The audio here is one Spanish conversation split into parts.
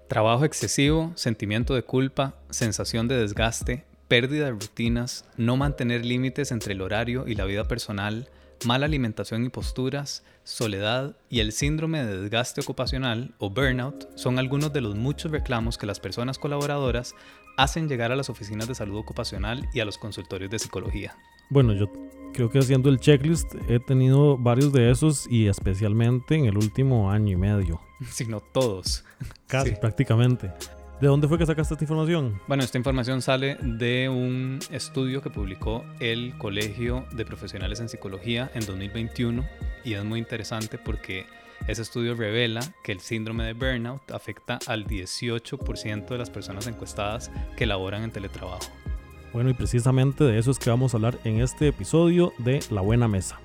Trabajo excesivo, sentimiento de culpa, sensación de desgaste, pérdida de rutinas, no mantener límites entre el horario y la vida personal, mala alimentación y posturas, soledad y el síndrome de desgaste ocupacional o burnout son algunos de los muchos reclamos que las personas colaboradoras hacen llegar a las oficinas de salud ocupacional y a los consultorios de psicología. Bueno, yo creo que haciendo el checklist he tenido varios de esos y especialmente en el último año y medio. Si no todos. Casi, Sí. Prácticamente. ¿De dónde fue que sacaste esta información? Bueno, esta información sale de un estudio que publicó el Colegio de Profesionales en Psicología en 2021 y es muy interesante porque ese estudio revela que el síndrome de burnout afecta al 18% de las personas encuestadas que laboran en teletrabajo. Bueno, y precisamente de eso es que vamos a hablar en este episodio de La Buena Mesa.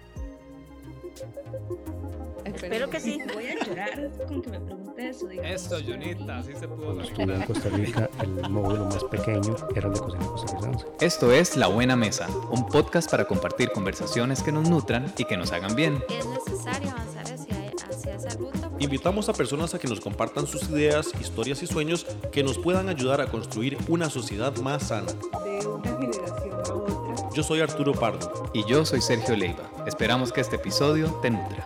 Espero que sí. Voy a llorar con que me pregunte eso. Digamos. Eso, Junita, así se pudo. Cuando estuve en Costa Rica, el módulo más pequeño era el de cocina costarricense. Esto es La Buena Mesa, un podcast para compartir conversaciones que nos nutran y que nos hagan bien. Es necesario avanzar hacia esa ruta. Invitamos a personas a que nos compartan sus ideas, historias y sueños que nos puedan ayudar a construir una sociedad más sana. De una generación a otra. Yo soy Arturo Pardo. Y yo soy Sergio Leiva. Esperamos que este episodio te nutra.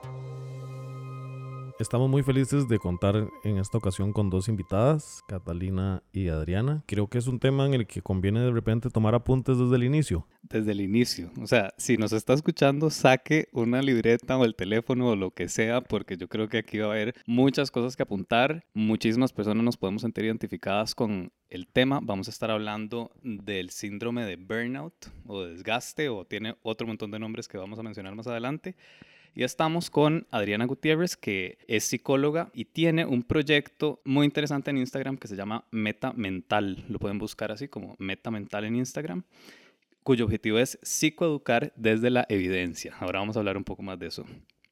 Estamos muy felices de contar en esta ocasión con dos invitadas, Catalina y Adriana. Creo que es un tema en el que conviene de repente tomar apuntes desde el inicio. Desde el inicio. O sea, si nos está escuchando, saque una libreta o el teléfono o lo que sea, porque yo creo que aquí va a haber muchas cosas que apuntar. Muchísimas personas nos podemos sentir identificadas con el tema. Vamos a estar hablando del síndrome de burnout o de desgaste, o tiene otro montón de nombres que vamos a mencionar más adelante. Y estamos con Adriana Gutiérrez, que es psicóloga y tiene un proyecto muy interesante en Instagram que se llama Meta Mental. Lo pueden buscar así como Meta Mental en Instagram, cuyo objetivo es psicoeducar desde la evidencia. Ahora vamos a hablar un poco más de eso.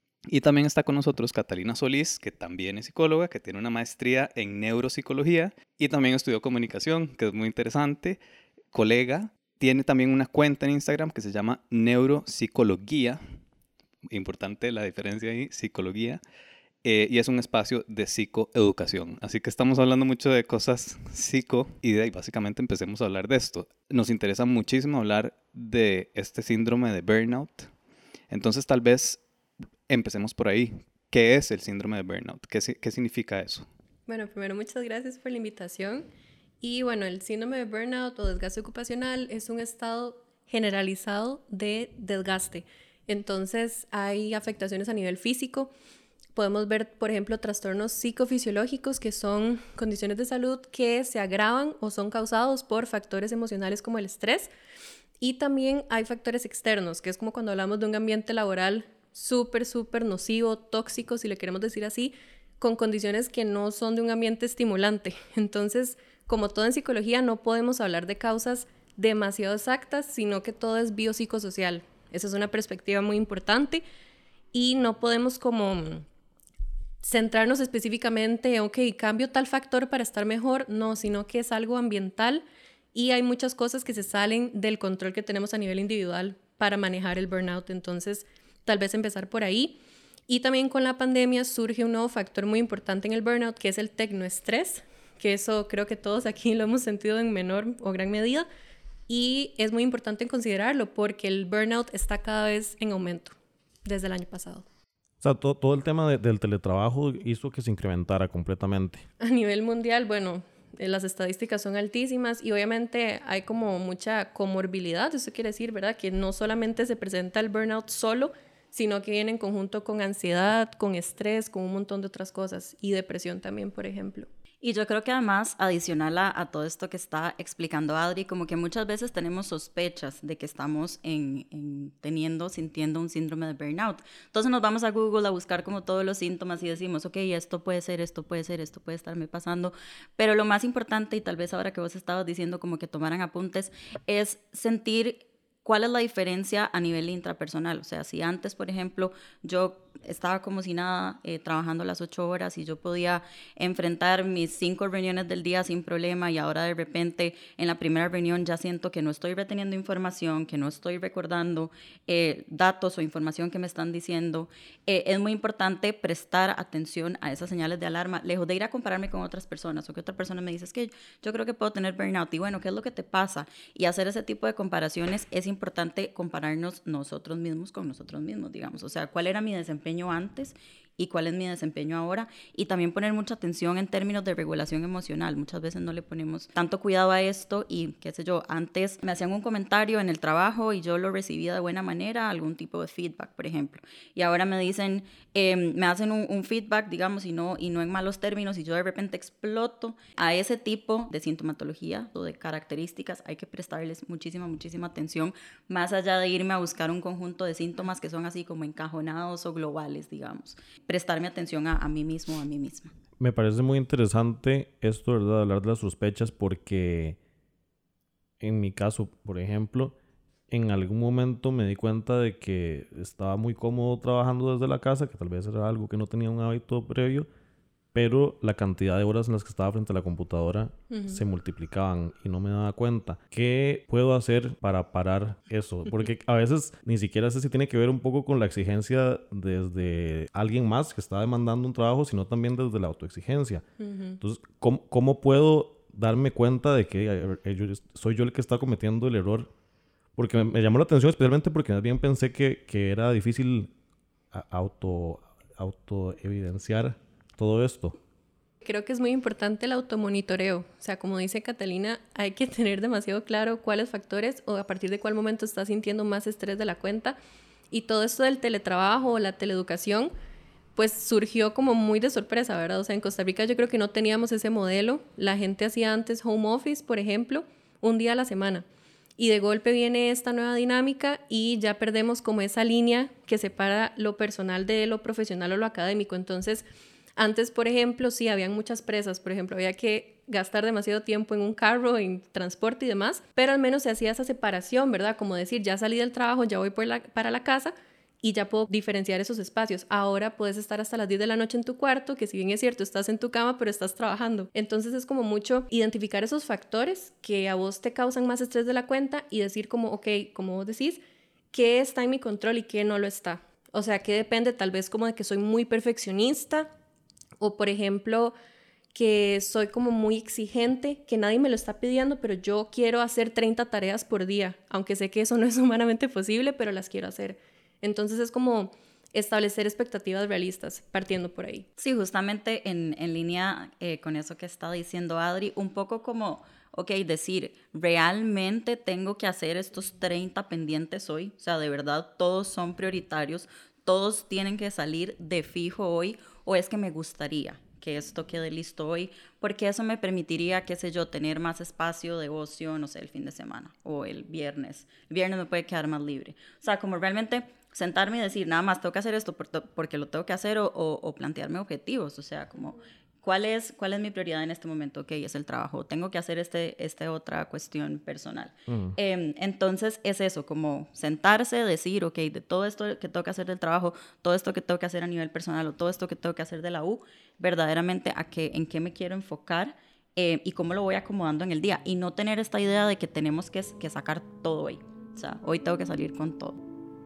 Y también está con nosotros Catalina Solís, que también es psicóloga, que tiene una maestría en neuropsicología y también estudió comunicación, que es muy interesante, colega. Tiene también una cuenta en Instagram que se llama Neuropsicología. Importante la diferencia ahí, psicología, y es un espacio de psicoeducación. Así que estamos hablando mucho de cosas psico y de ahí básicamente empecemos a hablar de esto. Nos interesa muchísimo hablar de este síndrome de burnout. Entonces tal vez empecemos por ahí. ¿Qué es el síndrome de burnout? ¿Qué significa eso? Bueno, primero muchas gracias por la invitación. Y bueno, el síndrome de burnout o desgaste ocupacional es un estado generalizado de desgaste. Entonces hay afectaciones a nivel físico. Podemos ver, por ejemplo, trastornos psicofisiológicos, que son condiciones de salud que se agravan o son causados por factores emocionales como el estrés. Y también hay factores externos, que es como cuando hablamos de un ambiente laboral súper nocivo, tóxico, si le queremos decir así, con condiciones que no son de un ambiente estimulante. Entonces, como todo en psicología, no podemos hablar de causas demasiado exactas, sino que todo es biopsicosocial. Esa es una perspectiva muy importante y no podemos como centrarnos específicamente, ok, cambio tal factor para estar mejor, no, sino que es algo ambiental y hay muchas cosas que se salen del control que tenemos a nivel individual para manejar el burnout. Entonces, tal vez empezar por ahí. Y también con la pandemia surge un nuevo factor muy importante en el burnout, que es el tecnoestrés, que eso creo que todos aquí lo hemos sentido en menor o gran medida. Y es muy importante considerarlo porque el burnout está cada vez en aumento desde el año pasado. O sea, todo el tema del teletrabajo hizo que se incrementara completamente. A nivel mundial, bueno, las estadísticas son altísimas y obviamente hay como mucha comorbilidad. Eso quiere decir, ¿verdad? Que no solamente se presenta el burnout solo, sino que viene en conjunto con ansiedad, con estrés, con un montón de otras cosas y depresión también, por ejemplo. Y yo creo que además, adicional a todo esto que está explicando Adri, como que muchas veces tenemos sospechas de que estamos sintiendo un síndrome de burnout. Entonces nos vamos a Google a buscar como todos los síntomas y decimos, ok, esto puede ser, esto puede ser, esto puede estarme pasando. Pero lo más importante, y tal vez ahora que vos estabas diciendo como que tomaran apuntes, es sentir ¿cuál es la diferencia a nivel intrapersonal? O sea, si antes, por ejemplo, yo estaba como si nada, trabajando las 8 horas y yo podía enfrentar mis 5 reuniones del día sin problema, y ahora de repente en la primera reunión ya siento que no estoy reteniendo información, que no estoy recordando datos o información que me están diciendo. Es muy importante prestar atención a esas señales de alarma, lejos de ir a compararme con otras personas o que otra persona me dice, es que yo creo que puedo tener burnout, y bueno, ¿qué es lo que te pasa? Y hacer ese tipo de comparaciones. Es importante compararnos nosotros mismos con nosotros mismos, digamos, o sea, ¿cuál era mi desempeño antes y cuál es mi desempeño ahora? Y también poner mucha atención en términos de regulación emocional. Muchas veces no le ponemos tanto cuidado a esto y, qué sé yo, antes me hacían un comentario en el trabajo y yo lo recibía de buena manera, algún tipo de feedback, por ejemplo. Y ahora me dicen, me hacen un feedback, digamos, y no en malos términos, y yo de repente exploto. A ese tipo de sintomatología o de características hay que prestarles muchísima atención, más allá de irme a buscar un conjunto de síntomas que son así como encajonados o globales, digamos. Prestarme atención a mí mismo, a mí misma. Me parece muy interesante esto, ¿verdad? De hablar de las sospechas, porque en mi caso, por ejemplo, en algún momento me di cuenta de que estaba muy cómodo trabajando desde la casa, que tal vez era algo que no tenía un hábito previo, pero la cantidad de horas en las que estaba frente a la computadora se multiplicaban y no me daba cuenta. ¿Qué puedo hacer para parar eso? Porque a veces ni siquiera sé si tiene que ver un poco con la exigencia desde alguien más que está demandando un trabajo, sino también desde la autoexigencia. Entonces, ¿cómo puedo darme cuenta de que soy yo el que está cometiendo el error? Porque me llamó la atención, especialmente porque más bien pensé que era difícil autoevidenciar todo esto. Creo que es muy importante el automonitoreo. O sea, como dice Catalina, hay que tener demasiado claro cuáles factores o a partir de cuál momento estás sintiendo más estrés de la cuenta. Y todo esto del teletrabajo o la teleeducación, pues surgió como muy de sorpresa, ¿verdad? O sea, en Costa Rica yo creo que no teníamos ese modelo. La gente hacía antes home office, por ejemplo, un día a la semana. Y de golpe viene esta nueva dinámica y ya perdemos como esa línea que separa lo personal de lo profesional o lo académico. Entonces, antes, por ejemplo, sí, habían muchas presas. Por ejemplo, había que gastar demasiado tiempo en un carro, en transporte y demás, pero al menos se hacía esa separación, ¿verdad? Como decir, ya salí del trabajo, ya voy para la casa y ya puedo diferenciar esos espacios. Ahora puedes estar hasta las 10 de la noche en tu cuarto, que si bien es cierto, estás en tu cama, pero estás trabajando. Entonces es como mucho identificar esos factores que a vos te causan más estrés de la cuenta y decir como, ok, como vos decís, ¿qué está en mi control y qué no lo está? O sea, ¿qué depende tal vez como de que soy muy perfeccionista? O, por ejemplo, que soy como muy exigente, que nadie me lo está pidiendo, pero yo quiero hacer 30 tareas por día, aunque sé que eso no es humanamente posible, pero las quiero hacer. Entonces es como establecer expectativas realistas, partiendo por ahí. Sí, justamente en línea con eso que está diciendo Adri, un poco como, ok, decir, realmente tengo que hacer estos 30 pendientes hoy, o sea, de verdad todos son prioritarios, todos tienen que salir de fijo hoy, o es que me gustaría que esto quede listo hoy, porque eso me permitiría, qué sé yo, tener más espacio de ocio, no sé, el fin de semana o el viernes. El viernes me puede quedar más libre. O sea, como realmente sentarme y decir, nada más tengo que hacer esto porque lo tengo que hacer, o plantearme objetivos, o sea, como ¿cuál es mi prioridad en este momento? Ok, es el trabajo, tengo que hacer esta otra cuestión personal. Entonces es eso, como sentarse, decir, ok, de todo esto que tengo que hacer del trabajo, todo esto que tengo que hacer a nivel personal o todo esto que tengo que hacer de la U, verdaderamente en qué me quiero enfocar y cómo lo voy acomodando en el día, y no tener esta idea de que tenemos que sacar todo hoy. O sea, hoy tengo que salir con todo.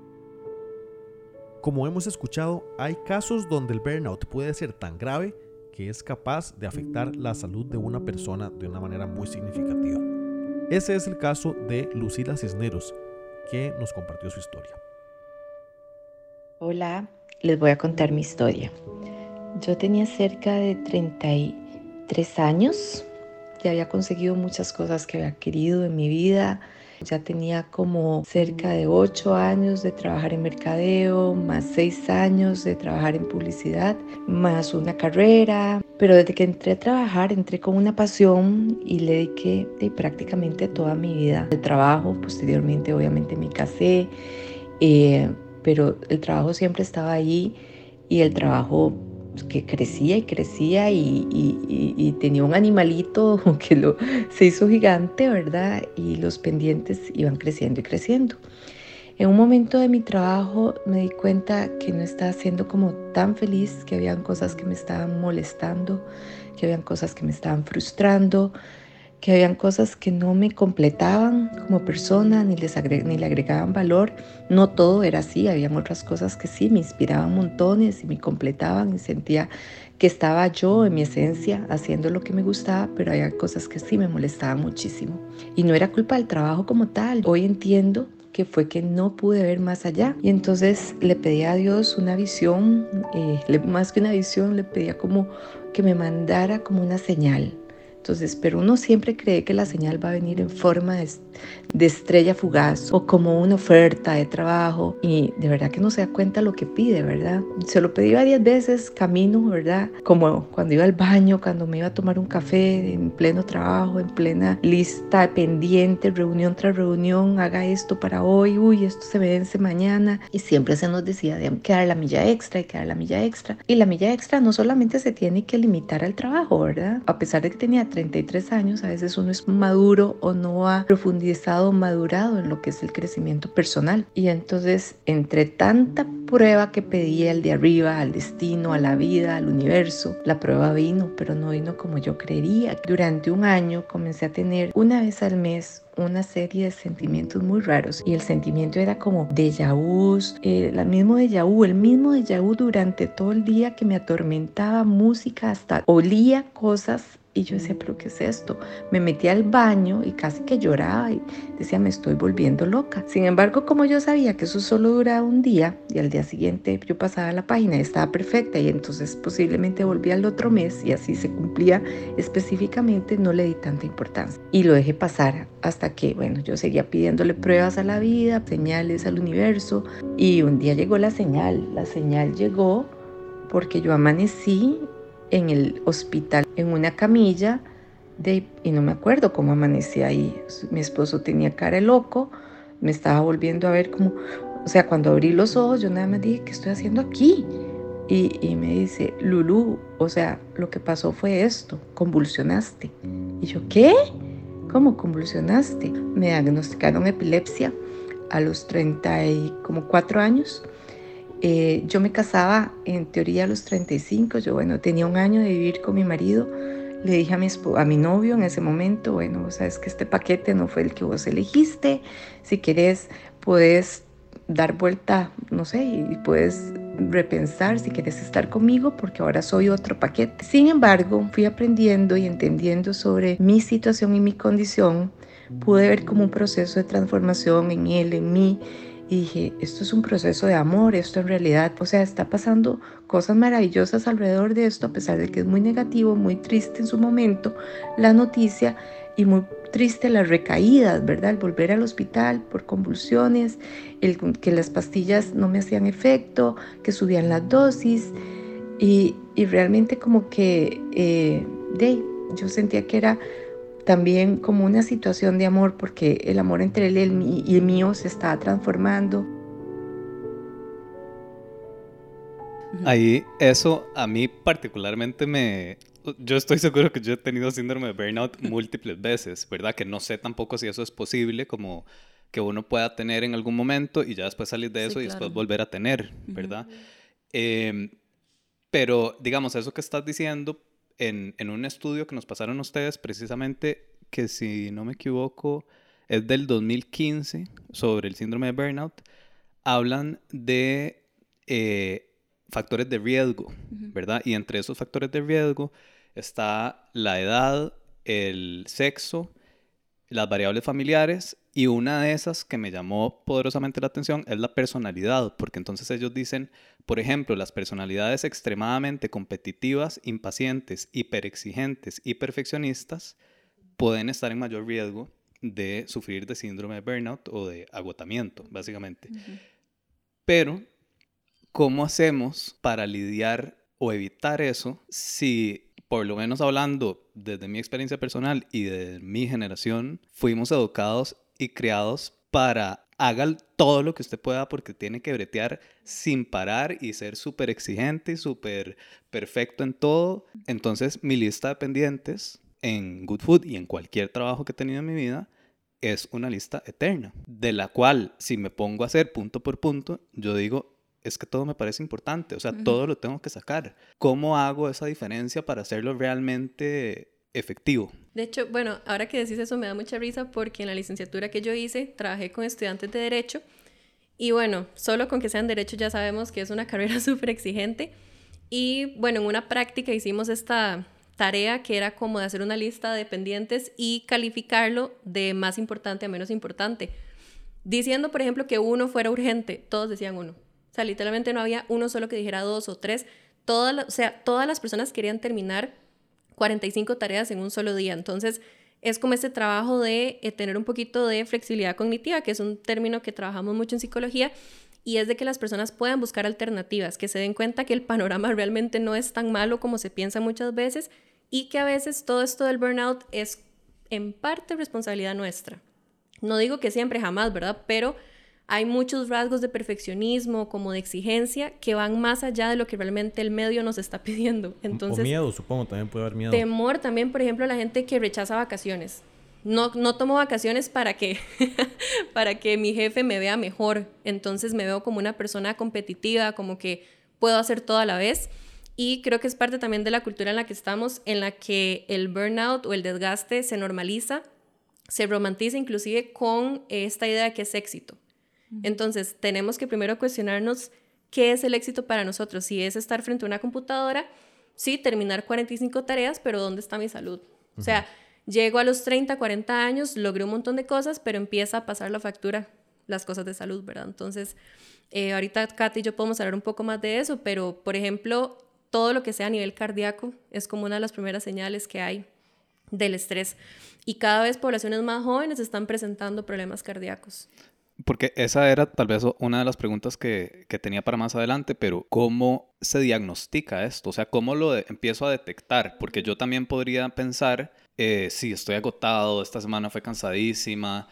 Como hemos escuchado, hay casos donde el burnout puede ser tan grave que es capaz de afectar la salud de una persona de una manera muy significativa. Ese es el caso de Lucila Cisneros, que nos compartió su historia. Hola, les voy a contar mi historia. Yo tenía cerca de 33 años, ya había conseguido muchas cosas que había querido en mi vida. Ya tenía como cerca de 8 años de trabajar en mercadeo, más 6 años de trabajar en publicidad, más una carrera. Pero desde que entré a trabajar, entré con una pasión y le dediqué prácticamente toda mi vida al trabajo. Posteriormente, obviamente, me casé, pero el trabajo siempre estaba ahí, y el trabajo que crecía y crecía y tenía un animalito que se hizo gigante, ¿verdad? Y los pendientes iban creciendo y creciendo. En un momento de mi trabajo me di cuenta que no estaba siendo como tan feliz, que habían cosas que me estaban molestando, que habían cosas que me estaban frustrando, que habían cosas que no me completaban como persona, ni le agregaban valor. No todo era así, habían otras cosas que sí me inspiraban montones y me completaban y sentía que estaba yo en mi esencia haciendo lo que me gustaba, pero había cosas que sí me molestaban muchísimo. Y no era culpa del trabajo como tal. Hoy entiendo que fue que no pude ver más allá. Y entonces le pedí a Dios una visión, más que una visión, le pedía como que me mandara como una señal. Entonces, pero uno siempre cree que la señal va a venir en forma de estrella fugaz o como una oferta de trabajo y de verdad que no se da cuenta lo que pide, ¿verdad? Se lo pedí varias veces camino, ¿verdad? Como cuando iba al baño, cuando me iba a tomar un café en pleno trabajo, en plena lista pendiente, reunión tras reunión, haga esto para hoy, uy, esto se vence mañana. Y siempre se nos decía, hay que dar la milla extra, hay que dar la milla extra. Y la milla extra no solamente se tiene que limitar al trabajo, ¿verdad? A pesar de que tenía 33 años, a veces uno es maduro o no ha profundizado, madurado en lo que es el crecimiento personal. Y entonces, entre tanta prueba que pedía al de arriba, al destino, a la vida, al universo, la prueba vino, pero no vino como yo creería. Durante un año comencé a tener una vez al mes una serie de sentimientos muy raros y el sentimiento era como déjà vu, el mismo déjà vu durante todo el día que me atormentaba, música, hasta olía cosas. Y yo decía, ¿pero qué es esto? Me metí al baño y casi que lloraba y decía, me estoy volviendo loca. Sin embargo, como yo sabía que eso solo duraba un día y al día siguiente yo pasaba la página y estaba perfecta y entonces posiblemente volvía al otro mes y así se cumplía específicamente, no le di tanta importancia. Y lo dejé pasar hasta que, bueno, yo seguía pidiéndole pruebas a la vida, señales al universo y un día llegó la señal. La señal llegó porque yo amanecí en el hospital, en una camilla, y no me acuerdo cómo amanecí ahí. Mi esposo tenía cara de loco, me estaba volviendo a ver como, o sea, cuando abrí los ojos, yo nada más dije, ¿qué estoy haciendo aquí? Y me dice, Lulú, o sea, lo que pasó fue esto, convulsionaste. Y yo, ¿qué? ¿Cómo convulsionaste? Me diagnosticaron epilepsia a los 34 años. Yo me casaba en teoría a los 35, yo tenía un año de vivir con mi marido, le dije a mi novio en ese momento, bueno, sabes que este paquete no fue el que vos elegiste, si querés puedes dar vuelta, no sé, y puedes repensar si quieres estar conmigo porque ahora soy otro paquete. Sin embargo, fui aprendiendo y entendiendo sobre mi situación y mi condición, pude ver como un proceso de transformación en él, en mí. Y dije, esto es un proceso de amor, esto en realidad, o sea, está pasando cosas maravillosas alrededor de esto, a pesar de que es muy negativo, muy triste en su momento la noticia y muy triste las recaídas, ¿verdad? El volver al hospital por convulsiones, que las pastillas no me hacían efecto, que subían las dosis y realmente como que yo sentía que era también como una situación de amor porque el amor entre él y el mío se estaba transformando. Ahí eso a mí particularmente yo estoy seguro que yo he tenido síndrome de burnout múltiples veces, ¿verdad? Que no sé tampoco si eso es posible, como que uno pueda tener en algún momento y ya después salir de eso y después volver a tener, ¿verdad? Pero digamos, eso que estás diciendo, en un estudio que nos pasaron ustedes precisamente, que si no me equivoco es del 2015, sobre el síndrome de burnout, hablan de factores de riesgo, ¿verdad? Y entre esos factores de riesgo está la edad, el sexo, las variables familiares, y una de esas que me llamó poderosamente la atención es la personalidad, porque entonces ellos dicen, por ejemplo, las personalidades extremadamente competitivas, impacientes, hiperexigentes y perfeccionistas pueden estar en mayor riesgo de sufrir de síndrome de burnout o de agotamiento, básicamente. Pero, ¿cómo hacemos para lidiar o evitar eso si, por lo menos hablando desde mi experiencia personal y de mi generación, fuimos educados y criados para haga todo lo que usted pueda porque tiene que bretear sin parar y ser súper exigente y súper perfecto en todo? Entonces, mi lista de pendientes en Good Food y en cualquier trabajo que he tenido en mi vida es una lista eterna, de la cual si me pongo a hacer punto por punto, yo digo, es que todo me parece importante, o sea, todo lo tengo que sacar. ¿Cómo hago esa diferencia para hacerlo realmente efectivo? De hecho, bueno, ahora que decís eso me da mucha risa porque en la licenciatura que yo hice trabajé con estudiantes de Derecho y bueno, solo con que sean Derecho ya sabemos que es una carrera súper exigente y bueno, en una práctica hicimos esta tarea que era como de hacer una lista de pendientes y calificarlo de más importante a menos importante. Diciendo, por ejemplo, que uno fuera urgente, todos decían uno. O sea, literalmente no había uno solo que dijera 2 o 3. O sea, todas las personas querían terminar 45 tareas en un solo día. Entonces, es como este trabajo de tener un poquito de flexibilidad cognitiva, que es un término que trabajamos mucho en psicología, y es de que las personas puedan buscar alternativas, que se den cuenta que el panorama realmente no es tan malo como se piensa muchas veces, y que a veces todo esto del burnout es en parte responsabilidad nuestra. No digo que siempre, jamás, ¿verdad? Pero hay muchos rasgos de perfeccionismo, como de exigencia, que van más allá de lo que realmente el medio nos está pidiendo. Entonces, o miedo, supongo, también puede haber miedo. Temor también, por ejemplo, la gente que rechaza vacaciones. No tomo vacaciones para que mi jefe me vea mejor. Entonces me veo como una persona competitiva, como que puedo hacer todo a la vez. Y creo que es parte también de la cultura en la que estamos, en la que el burnout o el desgaste se normaliza, se romantiza inclusive con esta idea de que es éxito. Entonces, tenemos que primero cuestionarnos qué es el éxito para nosotros. Si es estar frente a una computadora, sí, terminar 45 tareas, pero ¿dónde está mi salud? O sea, llego a los 30, 40 años, logré un montón de cosas, pero empieza a pasar la factura, las cosas de salud, ¿verdad? Entonces, ahorita Katy y yo podemos hablar un poco más de eso, pero, por ejemplo, todo lo que sea a nivel cardíaco es como una de las primeras señales que hay del estrés. Y cada vez poblaciones más jóvenes están presentando problemas cardíacos. Porque esa era tal vez una de las preguntas que tenía para más adelante, pero ¿cómo se diagnostica esto? O sea, ¿cómo lo empiezo a detectar? Porque yo también podría pensar, sí, estoy agotado, esta semana fue cansadísima,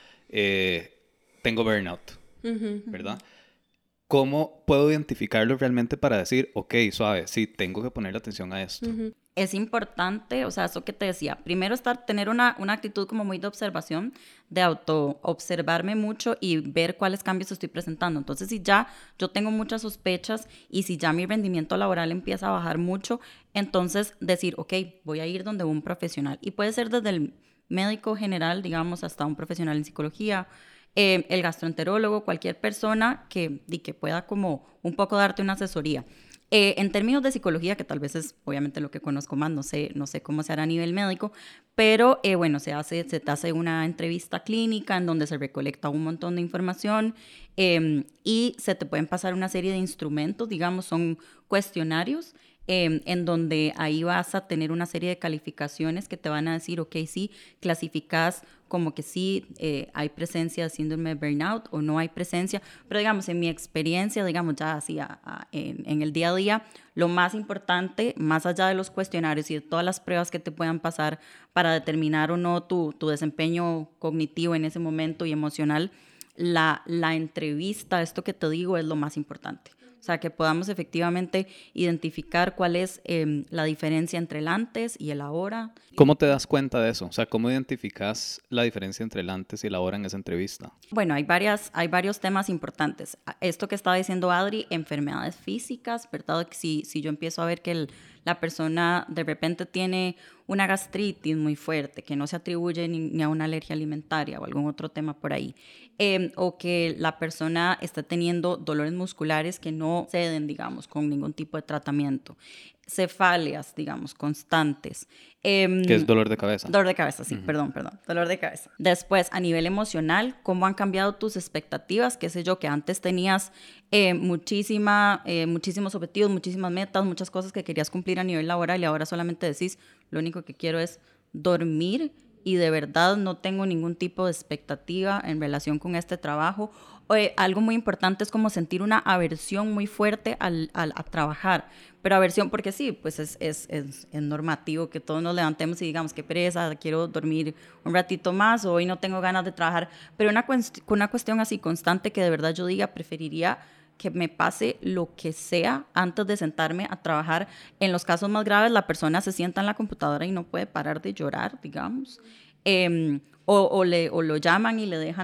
tengo burnout, ¿verdad? ¿Cómo puedo identificarlo realmente para decir, ok, suave, sí, tengo que ponerle atención a esto? Es importante, o sea, eso que te decía, primero tener una actitud como muy de observación, de auto-observarme mucho y ver cuáles cambios estoy presentando. Entonces, si ya yo tengo muchas sospechas y si ya mi rendimiento laboral empieza a bajar mucho, entonces decir, ok, voy a ir donde un profesional. Y puede ser desde el médico general, digamos, hasta un profesional en psicología, el gastroenterólogo, cualquier persona que pueda como un poco darte una asesoría. En términos de psicología, que tal vez es obviamente lo que conozco más, no sé cómo se hará a nivel médico, pero bueno, se te hace una entrevista clínica en donde se recolecta un montón de información y se te pueden pasar una serie de instrumentos, digamos, son cuestionarios en donde ahí vas a tener una serie de calificaciones que te van a decir, ok, sí, clasificas como que sí hay presencia de síndrome de burnout o no hay presencia, pero digamos, en mi experiencia, digamos, ya así en el día a día, lo más importante, más allá de los cuestionarios y de todas las pruebas que te puedan pasar para determinar o no tu desempeño cognitivo en ese momento y emocional, la entrevista, esto que te digo, es lo más importante. O sea, que podamos efectivamente identificar cuál es la diferencia entre el antes y el ahora. ¿Cómo te das cuenta de eso? O sea, ¿cómo identificas la diferencia entre el antes y el ahora en esa entrevista? Bueno, hay varios temas importantes. Esto que estaba diciendo Adri, enfermedades físicas, ¿verdad? Si yo empiezo a ver que la persona de repente tiene una gastritis muy fuerte que no se atribuye ni a una alergia alimentaria o algún otro tema por ahí, o que la persona está teniendo dolores musculares que no ceden, digamos, con ningún tipo de tratamiento, cefaleas, digamos, constantes. ¿Qué es dolor de cabeza? Dolor de cabeza, sí, perdón, dolor de cabeza. Después, a nivel emocional, ¿cómo han cambiado tus expectativas? Qué sé yo, que antes tenías muchísimos objetivos, muchísimas metas, muchas cosas que querías cumplir a nivel laboral y ahora solamente decís, lo único que quiero es dormir y de verdad no tengo ningún tipo de expectativa en relación con este trabajo. Algo muy importante es como sentir una aversión muy fuerte a trabajar, pero aversión porque sí, pues es normativo que todos nos levantemos y digamos qué pereza, quiero dormir un ratito más o hoy no tengo ganas de trabajar, pero una cuestión así constante que de verdad yo diga preferiría que me pase lo que sea antes de sentarme a trabajar. En los casos más graves, la persona se sienta en la computadora y no puede parar de llorar, digamos. O lo llaman y le dejan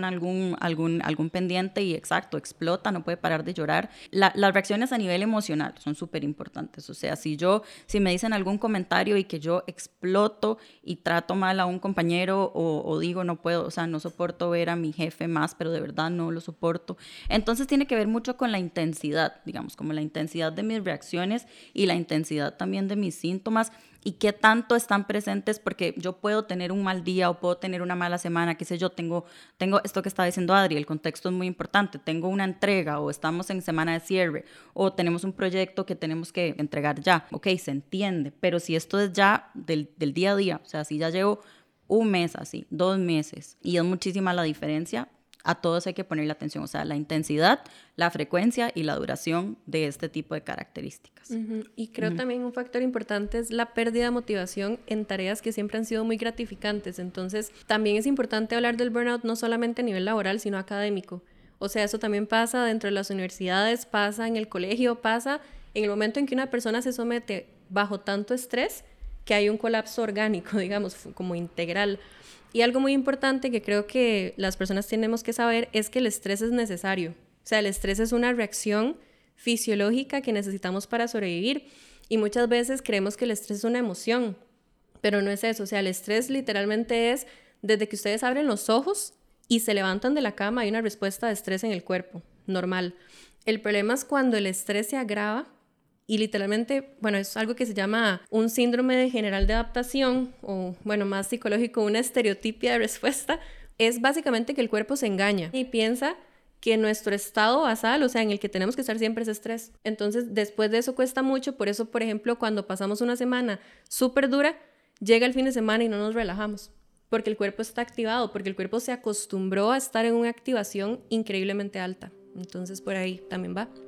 algún pendiente y exacto, explota, no puede parar de llorar. Las reacciones a nivel emocional son súper importantes. O sea, si me dicen algún comentario y que yo exploto y trato mal a un compañero o digo no puedo, o sea, no soporto ver a mi jefe más, pero de verdad no lo soporto. Entonces tiene que ver mucho con la intensidad, digamos, como la intensidad de mis reacciones y la intensidad también de mis síntomas. Y qué tanto están presentes, porque yo puedo tener un mal día o puedo tener una mala semana, qué sé yo, tengo esto que está diciendo Adri, el contexto es muy importante, tengo una entrega o estamos en semana de cierre o tenemos un proyecto que tenemos que entregar ya, ok, se entiende, pero si esto es ya del día a día, o sea, si ya llevo un mes así, 2 meses y es muchísima la diferencia, a todos hay que ponerle atención, o sea, la intensidad, la frecuencia y la duración de este tipo de características. Y creo también un factor importante es la pérdida de motivación en tareas que siempre han sido muy gratificantes. Entonces, también es importante hablar del burnout no solamente a nivel laboral, sino académico. O sea, eso también pasa dentro de las universidades, pasa en el colegio, pasa en el momento en que una persona se somete bajo tanto estrés que hay un colapso orgánico, digamos, como integral. Y algo muy importante que creo que las personas tenemos que saber es que el estrés es necesario. O sea, el estrés es una reacción fisiológica que necesitamos para sobrevivir. Y muchas veces creemos que el estrés es una emoción, pero no es eso. O sea, el estrés literalmente es desde que ustedes abren los ojos y se levantan de la cama, hay una respuesta de estrés en el cuerpo, normal. El problema es cuando el estrés se agrava y literalmente, bueno, es algo que se llama un síndrome general de adaptación o, bueno, más psicológico, una estereotipia de respuesta. Es básicamente que el cuerpo se engaña y piensa que nuestro estado basal, o sea, en el que tenemos que estar siempre es estrés. Entonces, después de eso cuesta mucho. Por eso, por ejemplo, cuando pasamos una semana súper dura, llega el fin de semana y no nos relajamos, porque el cuerpo está activado, porque el cuerpo se acostumbró a estar en una activación increíblemente alta. Entonces, por ahí también va.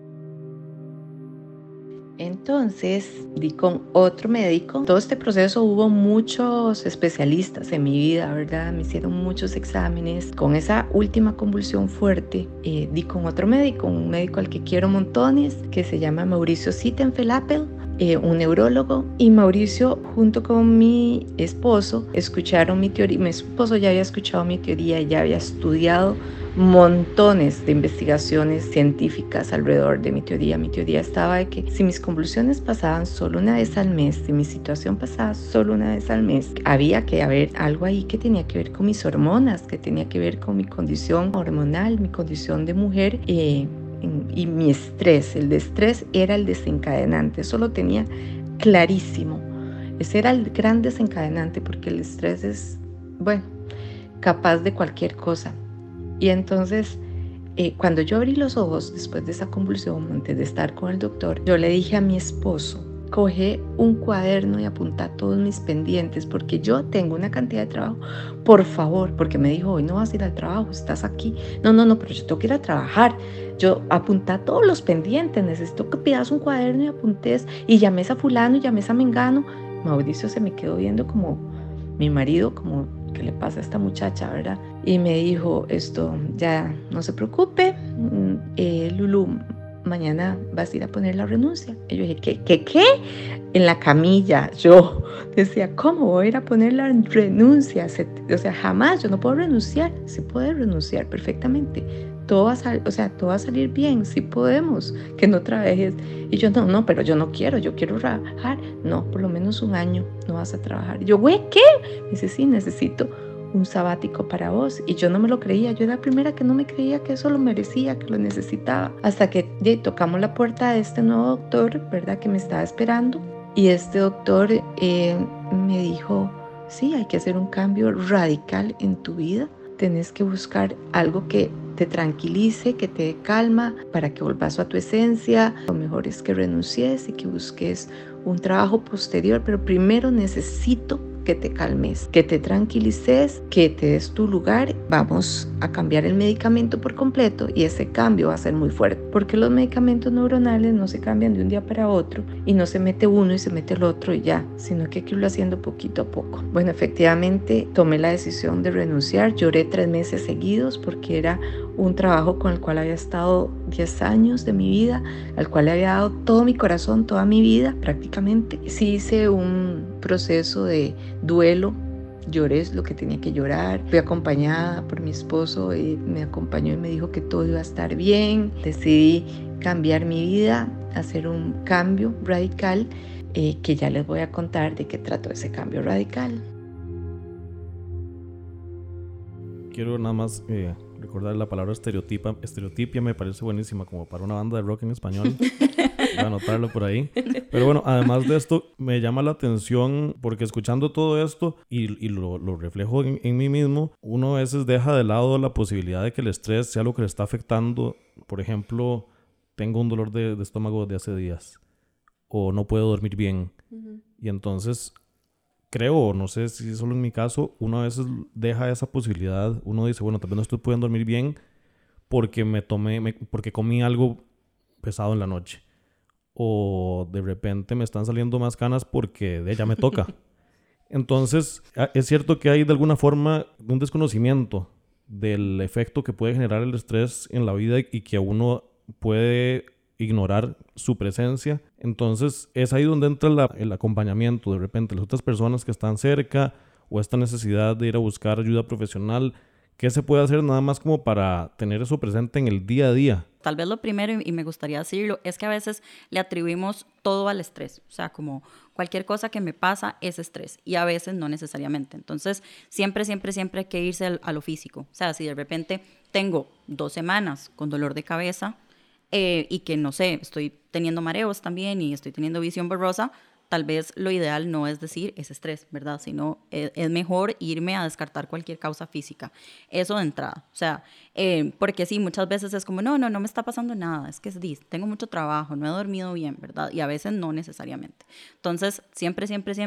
Entonces di con otro médico. Todo este proceso hubo muchos especialistas en mi vida, ¿verdad? Me hicieron muchos exámenes. Con esa última convulsión fuerte, di con otro médico, un médico al que quiero montones, que se llama Mauricio Sittenfeld-Appel, un neurólogo. Y Mauricio, junto con mi esposo, escucharon mi teoría. Mi esposo ya había escuchado mi teoría, ya había estudiado montones de investigaciones científicas alrededor de mi teoría. Mi teoría estaba de que si mis convulsiones pasaban solo una vez al mes, si mi situación pasaba solo una vez al mes, había que haber algo ahí que tenía que ver con mis hormonas, que tenía que ver con mi condición hormonal, mi condición de mujer y mi estrés. El de estrés era el desencadenante, eso lo tenía clarísimo. Ese era el gran desencadenante, porque el estrés es, bueno, capaz de cualquier cosa. Y entonces, cuando yo abrí los ojos después de esa convulsión, antes de estar con el doctor, yo le dije a mi esposo, coge un cuaderno y apunta todos mis pendientes, porque yo tengo una cantidad de trabajo, por favor, porque me dijo, hoy no vas a ir al trabajo, estás aquí. No, pero yo tengo que ir a trabajar. Yo apunta todos los pendientes, necesito que pidas un cuaderno y apuntes, y llames a fulano y llames a mengano. Mauricio se me quedó viendo como mi marido, como, ¿qué le pasa a esta muchacha, verdad? Y me dijo, ya no se preocupe, Lulu, mañana vas a ir a poner la renuncia. Y yo dije, ¿qué? En la camilla, yo decía, ¿cómo voy a ir a poner la renuncia? O sea, jamás, yo no puedo renunciar. Sí puedes renunciar perfectamente. Todo va a salir bien, sí podemos, que no trabajes. Y yo, no, pero yo no quiero, yo quiero trabajar. No, por lo menos 1 año no vas a trabajar. Y yo, güey, ¿qué? Me dice, sí, necesito un sabático para vos. Y yo no me lo creía, yo era la primera que no me creía que eso lo merecía, que lo necesitaba. Hasta que tocamos la puerta de este nuevo doctor, ¿verdad? Que me estaba esperando. Y este doctor me dijo, sí, hay que hacer un cambio radical en tu vida. Tenés que buscar algo que te tranquilice, que te dé calma, para que volvas a tu esencia. Lo mejor es que renuncies y que busques un trabajo posterior, pero primero necesito que te calmes, que te tranquilices, que te des tu lugar. Vamos a cambiar el medicamento por completo y ese cambio va a ser muy fuerte, porque los medicamentos neuronales no se cambian de un día para otro y no se mete uno y se mete el otro y ya, sino que hay que irlo haciendo poquito a poco. Bueno, efectivamente tomé la decisión de renunciar. Lloré 3 meses seguidos porque era un trabajo con el cual había estado 10 años de mi vida, al cual le había dado todo mi corazón, toda mi vida prácticamente. Sí hice un proceso de duelo Lloré lo que tenía que llorar. Fui acompañada por mi esposo, me acompañó y me dijo que todo iba a estar bien. Decidí cambiar mi vida, hacer un cambio radical, que ya les voy a contar de qué trató ese cambio radical. Quiero nada más recordar la palabra estereotipia, me parece buenísima como para una banda de rock en español. Voy a anotarlo por ahí. Pero bueno, además de esto, me llama la atención porque escuchando todo esto y lo reflejo en mí mismo, uno a veces deja de lado la posibilidad de que el estrés sea lo que le está afectando. Por ejemplo, tengo un dolor de estómago de hace días o no puedo dormir bien. Y entonces creo, no sé si solo en mi caso, uno a veces deja esa posibilidad. Uno dice, bueno, tal vez no estoy pudiendo dormir bien porque porque comí algo pesado en la noche. O de repente me están saliendo más canas porque ya me toca. Entonces, es cierto que hay de alguna forma un desconocimiento del efecto que puede generar el estrés en la vida y que uno puede ignorar su presencia. Entonces, es ahí donde entra el acompañamiento. De repente, las otras personas que están cerca o esta necesidad de ir a buscar ayuda profesional. ¿Qué se puede hacer nada más como para tener eso presente en el día a día? Tal vez lo primero, y me gustaría decirlo, es que a veces le atribuimos todo al estrés. O sea, como cualquier cosa que me pasa es estrés y a veces no necesariamente. Entonces, siempre hay que irse a lo físico. O sea, si de repente tengo 2 semanas con dolor de cabeza y que, no sé, estoy teniendo mareos también y estoy teniendo visión borrosa, tal vez lo ideal no es decir es estrés, ¿verdad? Sino es mejor irme a descartar cualquier causa física. Eso de entrada. O sea, porque sí, muchas veces es como, no me está pasando nada. Es que tengo mucho trabajo, no he dormido bien, ¿verdad? Y a veces no necesariamente. Entonces, siempre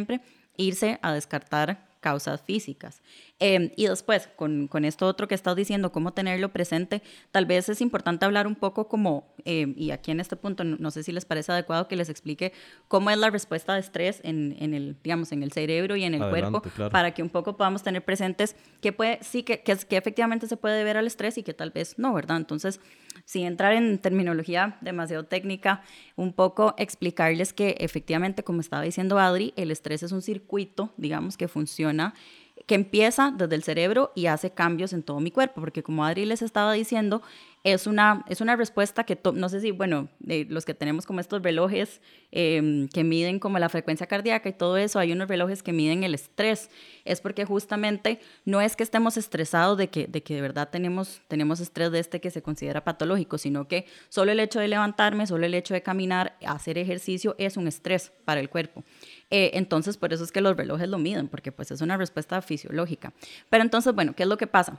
irse a descartar causas físicas. Y después, con esto otro que estás diciendo, cómo tenerlo presente, tal vez es importante hablar un poco como, y aquí en este punto no sé si les parece adecuado que les explique cómo es la respuesta de estrés en el cerebro y en el cuerpo, claro, para que un poco podamos tener presentes que efectivamente se puede deber al estrés y que tal vez no, ¿verdad? Entonces, sin entrar en terminología demasiado técnica, un poco explicarles que efectivamente, como estaba diciendo Adri, el estrés es un circuito, digamos, que funciona, que empieza desde el cerebro y hace cambios en todo mi cuerpo, porque como Adri les estaba diciendo, es una respuesta que, no sé si, bueno, los que tenemos como estos relojes que miden como la frecuencia cardíaca y todo eso, hay unos relojes que miden el estrés, es porque justamente no es que estemos estresados de que de verdad tenemos estrés de que se considera patológico, sino que solo el hecho de levantarme, solo el hecho de caminar, hacer ejercicio es un estrés para el cuerpo. Entonces, por eso es que los relojes lo miden, porque pues es una respuesta fisiológica. Pero entonces, bueno, ¿qué es lo que pasa?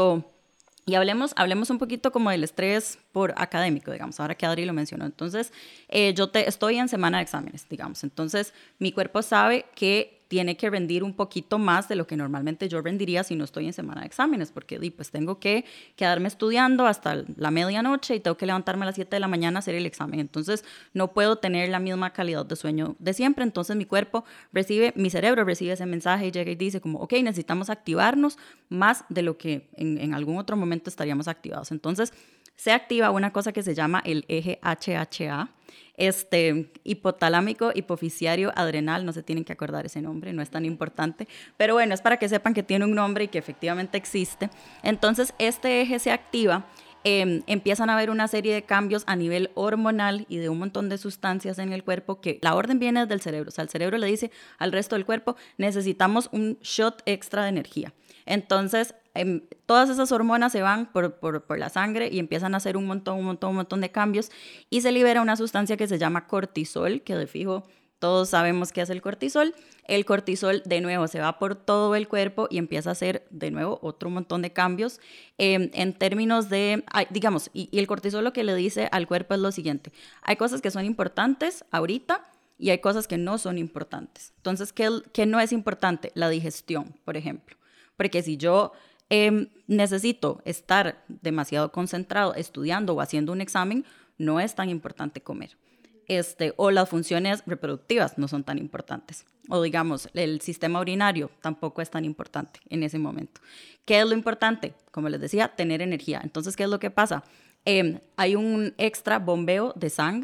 Y hablemos un poquito como del estrés por académico, digamos, ahora que Adri lo mencionó. Entonces, yo estoy en semana de exámenes, digamos. Entonces, mi cuerpo sabe que tiene que rendir un poquito más de lo que normalmente yo rendiría si no estoy en semana de exámenes, porque pues tengo que quedarme estudiando hasta la medianoche y tengo que levantarme a las 7 de la mañana a hacer el examen. Entonces, no puedo tener la misma calidad de sueño de siempre. Entonces, mi cerebro recibe ese mensaje y llega y dice como, ok, necesitamos activarnos más de lo que en algún otro momento estaríamos activados. Entonces, se activa una cosa que se llama el eje HHA, hipotalámico, hipofisiario, adrenal, no se tienen que acordar ese nombre, no es tan importante, pero bueno, es para que sepan que tiene un nombre y que efectivamente existe. Entonces, este eje se activa, empiezan a haber una serie de cambios a nivel hormonal y de un montón de sustancias en el cuerpo que la orden viene desde el cerebro, o sea, el cerebro le dice al resto del cuerpo, necesitamos un shot extra de energía. Entonces, todas esas hormonas se van por la sangre y empiezan a hacer un montón de cambios y se libera una sustancia que se llama cortisol, que de fijo todos sabemos qué es el cortisol. El cortisol de nuevo se va por todo el cuerpo y empieza a hacer de nuevo otro montón de cambios en términos de, digamos, y el cortisol lo que le dice al cuerpo es lo siguiente, hay cosas que son importantes ahorita y hay cosas que no son importantes. Entonces, ¿qué no es importante? La digestión, por ejemplo. Porque si yo necesito estar demasiado concentrado estudiando o haciendo un examen, no es tan importante comer. O las funciones reproductivas no son tan importantes. O digamos, el sistema urinario tampoco es tan importante en ese momento. ¿Qué es lo importante? Como les decía, tener energía. Entonces, ¿qué es lo que pasa? Hay un extra bombeo de sangre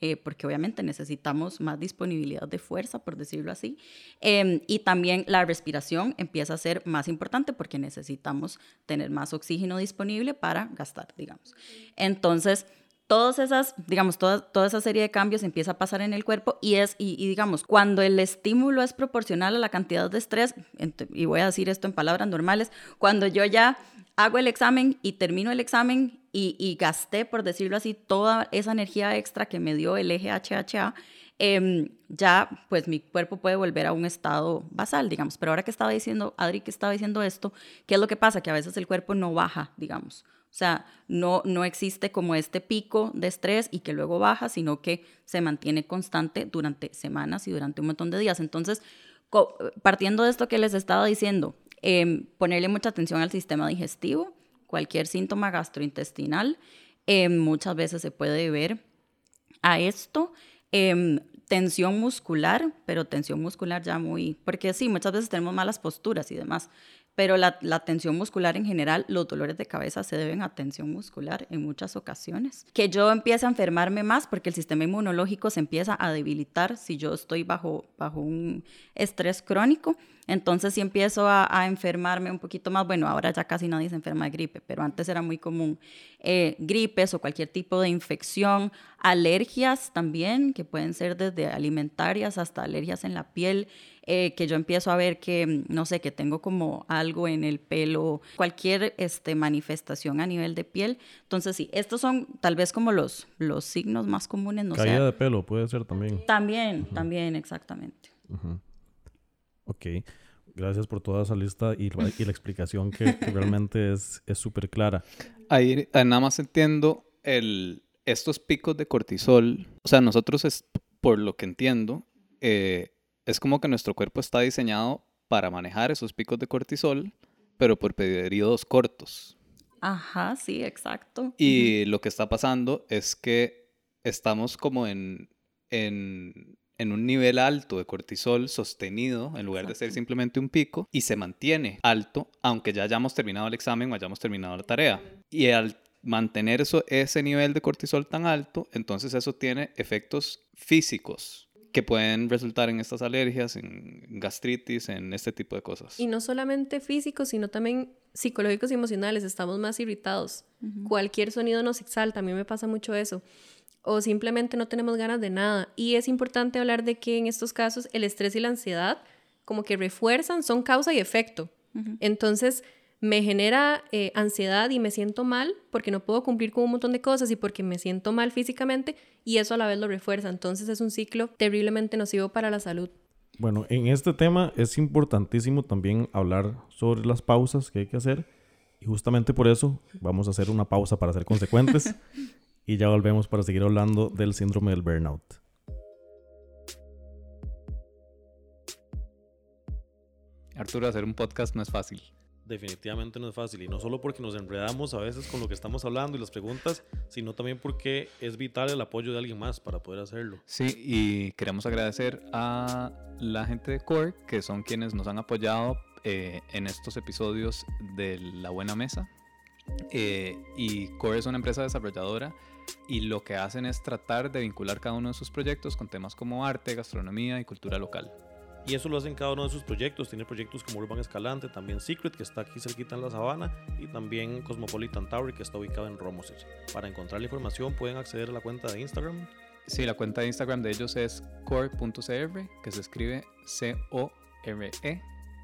porque obviamente necesitamos más disponibilidad de fuerza, por decirlo así. Y también la respiración empieza a ser más importante porque necesitamos tener más oxígeno disponible para gastar, digamos. Entonces, todas esas, digamos, toda esa serie de cambios empieza a pasar en el cuerpo y digamos, cuando el estímulo es proporcional a la cantidad de estrés, y voy a decir esto en palabras normales, cuando yo ya hago el examen y termino el examen y gasté, por decirlo así, toda esa energía extra que me dio el eje HHA, ya pues mi cuerpo puede volver a un estado basal, digamos. Pero ahora que estaba diciendo, Adri, que estaba diciendo esto, ¿qué es lo que pasa? Que a veces el cuerpo no baja, digamos. O sea, no existe como este pico de estrés y que luego baja, sino que se mantiene constante durante semanas y durante un montón de días. Entonces, partiendo de esto que les estaba diciendo, ponerle mucha atención al sistema digestivo, cualquier síntoma gastrointestinal, muchas veces se puede deber a esto. Tensión muscular, pero tensión muscular ya muy... Porque sí, muchas veces tenemos malas posturas y demás, pero la tensión muscular en general, los dolores de cabeza se deben a tensión muscular en muchas ocasiones. Que yo empiece a enfermarme más porque el sistema inmunológico se empieza a debilitar si yo estoy bajo un estrés crónico. Entonces, si empiezo a enfermarme un poquito más, bueno, ahora ya casi nadie se enferma de gripe, pero antes era muy común gripes o cualquier tipo de infección, alergias también, que pueden ser desde alimentarias hasta alergias en la piel, que yo empiezo a ver que, no sé, que tengo como algo en el pelo, cualquier manifestación a nivel de piel. Entonces, sí, estos son tal vez como los signos más comunes. No Caída sé. de pelo puede ser también. También, exactamente. Ok, gracias por toda esa lista y la explicación que realmente es súper clara. Ahí nada más entiendo estos picos de cortisol. O sea, nosotros, por lo que entiendo, es como que nuestro cuerpo está diseñado para manejar esos picos de cortisol, pero por periodos cortos. Ajá, sí, exacto. Y lo que está pasando es que estamos como en un nivel alto de cortisol sostenido, en lugar de ser simplemente un pico, y se mantiene alto, aunque ya hayamos terminado el examen o hayamos terminado la tarea. Y al mantener ese nivel de cortisol tan alto, entonces eso tiene efectos físicos que pueden resultar en estas alergias, en gastritis, en este tipo de cosas. Y no solamente físicos, sino también psicológicos y emocionales. Estamos más irritados. Cualquier sonido nos exalta. A mí me pasa mucho eso. O simplemente no tenemos ganas de nada. Y es importante hablar de que en estos casos el estrés y la ansiedad como que refuerzan, son causa y efecto. Entonces me genera ansiedad y me siento mal porque no puedo cumplir con un montón de cosas y porque me siento mal físicamente y eso a la vez lo refuerza. Entonces es un ciclo terriblemente nocivo para la salud. Bueno, en este tema es importantísimo también hablar sobre las pausas que hay que hacer y justamente por eso vamos a hacer una pausa para ser consecuentes y ya volvemos para seguir hablando del síndrome del burnout. Arturo, hacer un podcast no es fácil. Definitivamente no es fácil y no solo porque nos enredamos a veces con lo que estamos hablando y las preguntas, sino también porque es vital el apoyo de alguien más para poder hacerlo. Sí, y queremos agradecer a la gente de Core, que son quienes nos han apoyado en estos episodios de La Buena Mesa. Y Core es una empresa desarrolladora y lo que hacen es tratar de vincular cada uno de sus proyectos con temas como arte, gastronomía y cultura local. Y eso lo hacen cada uno de sus proyectos. Tiene proyectos como Urban Escalante, también Secret, que está aquí cerquita en La Sabana, y también Cosmopolitan Tower, que está ubicado en Romoser. Para encontrar la información pueden acceder a la cuenta de Instagram. Sí, la cuenta de Instagram de ellos es core.cr, que se escribe CORE.cr.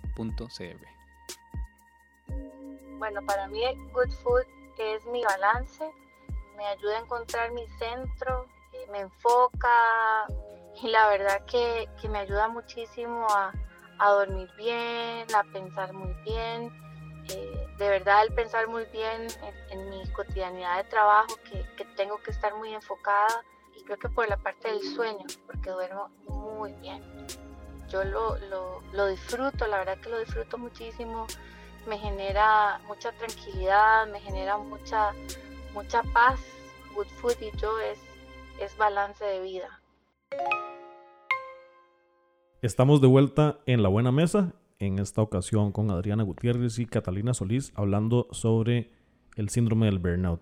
Bueno, para mí Good Food es mi balance, me ayuda a encontrar mi centro, me enfoca y la verdad que me ayuda muchísimo a dormir bien, a pensar muy bien. De verdad, el pensar muy bien en mi cotidianidad de trabajo, que tengo que estar muy enfocada, y creo que por la parte del sueño, porque duermo muy bien. Yo lo disfruto, la verdad que lo disfruto muchísimo, me genera mucha tranquilidad, me genera mucha paz. Good Food y yo es balance de vida. Estamos de vuelta en La Buena Mesa, en esta ocasión con Adriana Gutiérrez y Catalina Solís, hablando sobre el síndrome del burnout.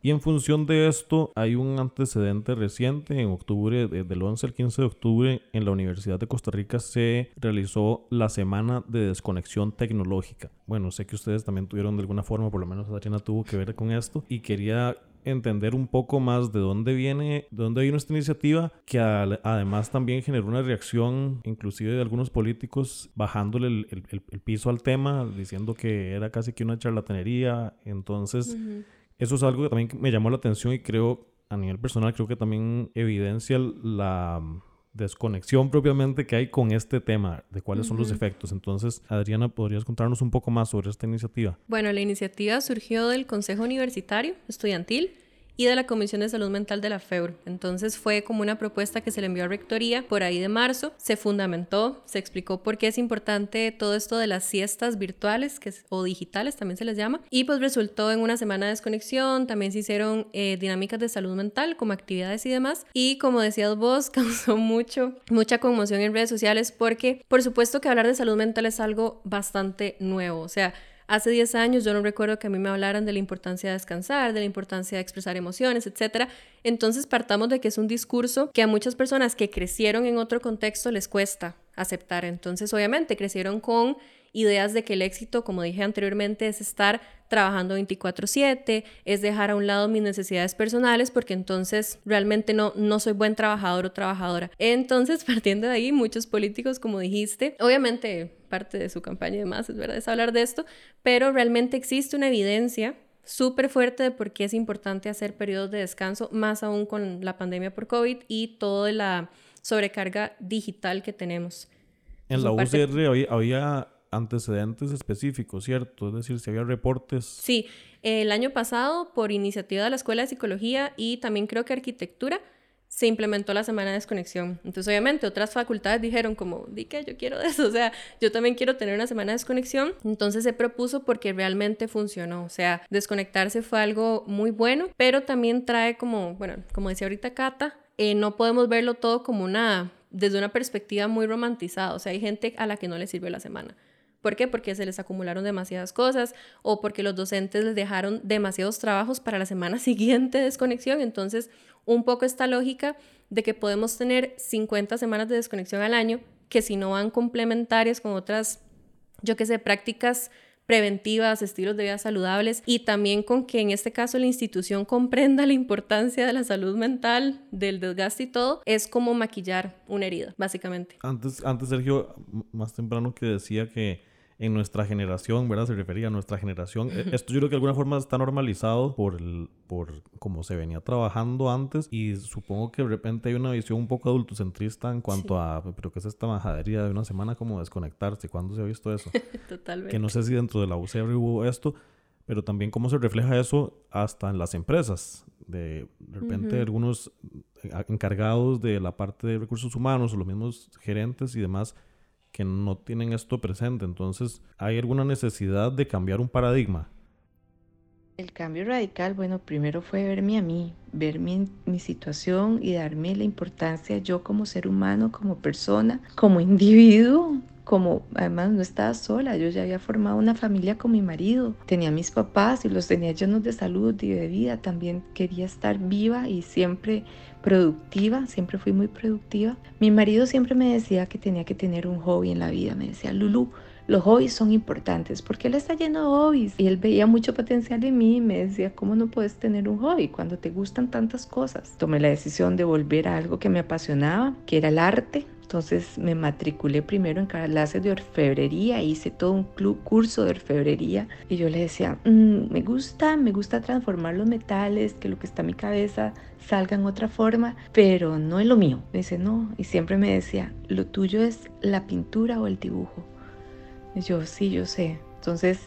Y en función de esto, hay un antecedente reciente. En octubre, del 11 al 15 de octubre, en la Universidad de Costa Rica se realizó la Semana de Desconexión Tecnológica. Bueno, sé que ustedes también tuvieron de alguna forma, por lo menos Adriana tuvo que ver con esto, y quería entender un poco más de dónde vino esta iniciativa, que además también generó una reacción inclusive de algunos políticos bajándole el piso al tema, diciendo que era casi que una charlatanería. Entonces, eso es algo que también me llamó la atención y creo, a nivel personal, creo que también evidencia la desconexión propiamente que hay con este tema, de cuáles son los efectos. Entonces, Adriana, ¿podrías contarnos un poco más sobre esta iniciativa? Bueno, la iniciativa surgió del Consejo Universitario Estudiantil y de la Comisión de Salud Mental de la FEUR. Entonces fue como una propuesta que se le envió a Rectoría por ahí de marzo, se fundamentó, se explicó por qué es importante todo esto de las siestas virtuales o digitales, también se les llama, y pues resultó en una semana de desconexión. También se hicieron dinámicas de salud mental como actividades y demás, y como decías vos, causó mucha conmoción en redes sociales porque por supuesto que hablar de salud mental es algo bastante nuevo. O sea, hace 10 años yo no recuerdo que a mí me hablaran de la importancia de descansar, de la importancia de expresar emociones, etc. Entonces partamos de que es un discurso que a muchas personas que crecieron en otro contexto les cuesta aceptar. Entonces obviamente crecieron con ideas de que el éxito, como dije anteriormente, es estar trabajando 24/7, es dejar a un lado mis necesidades personales porque entonces realmente no soy buen trabajador o trabajadora. Entonces, partiendo de ahí, muchos políticos, como dijiste, obviamente parte de su campaña y demás, es verdad, es hablar de esto, pero realmente existe una evidencia súper fuerte de por qué es importante hacer periodos de descanso, más aún con la pandemia por COVID y toda la sobrecarga digital que tenemos. En la UCR había antecedentes específicos, ¿cierto? Es decir, si había reportes. Sí, el año pasado, por iniciativa de la Escuela de Psicología y también creo que Arquitectura, se implementó la semana de desconexión. Entonces, obviamente, otras facultades dijeron como, di que yo quiero de eso, o sea, yo también quiero tener una semana de desconexión. Entonces se propuso porque realmente funcionó. O sea, desconectarse fue algo muy bueno, pero también trae como decía ahorita Cata, no podemos verlo todo como desde una perspectiva muy romantizada. O sea, hay gente a la que no le sirvió la semana. ¿Por qué? Porque se les acumularon demasiadas cosas o porque los docentes les dejaron demasiados trabajos para la semana siguiente de desconexión. Entonces, un poco esta lógica de que podemos tener 50 semanas de desconexión al año, que si no van complementarias con otras, prácticas preventivas, estilos de vida saludables, y también con que en este caso la institución comprenda la importancia de la salud mental, del desgaste y todo, es como maquillar una herida, básicamente. Antes Sergio, más temprano, que decía que en nuestra generación, ¿verdad? Se refería a nuestra generación. Esto yo creo que de alguna forma está normalizado por cómo se venía trabajando antes, y supongo que de repente hay una visión un poco adultocentrista en cuanto a, pero ¿qué es esta majadería de una semana como desconectarse? ¿Cuándo se ha visto eso? Totalmente. Que no sé si dentro de la UCR hubo esto, pero también cómo se refleja eso hasta en las empresas. De repente algunos encargados de la parte de recursos humanos o los mismos gerentes y demás que no tienen esto presente. Entonces, ¿hay alguna necesidad de cambiar un paradigma? El cambio radical, bueno, primero fue verme a mí, ver mi situación y darme la importancia yo como ser humano, como persona, como individuo. Además no estaba sola, yo ya había formado una familia con mi marido, tenía a mis papás y los tenía llenos de salud y de vida. También quería estar viva y siempre productiva, siempre fui muy productiva. Mi marido siempre me decía que tenía que tener un hobby en la vida, me decía, Lulu, los hobbies son importantes porque él está lleno de hobbies y él veía mucho potencial en mí y me decía, ¿cómo no puedes tener un hobby cuando te gustan tantas cosas? Tomé la decisión de volver a algo que me apasionaba, que era el arte. Entonces me matriculé primero en clases de orfebrería, hice todo un curso de orfebrería y yo le decía, me gusta transformar los metales, que lo que está en mi cabeza salga en otra forma, pero no es lo mío. Me dice, no, y siempre me decía, lo tuyo es la pintura o el dibujo. Y yo, sí, yo sé. Entonces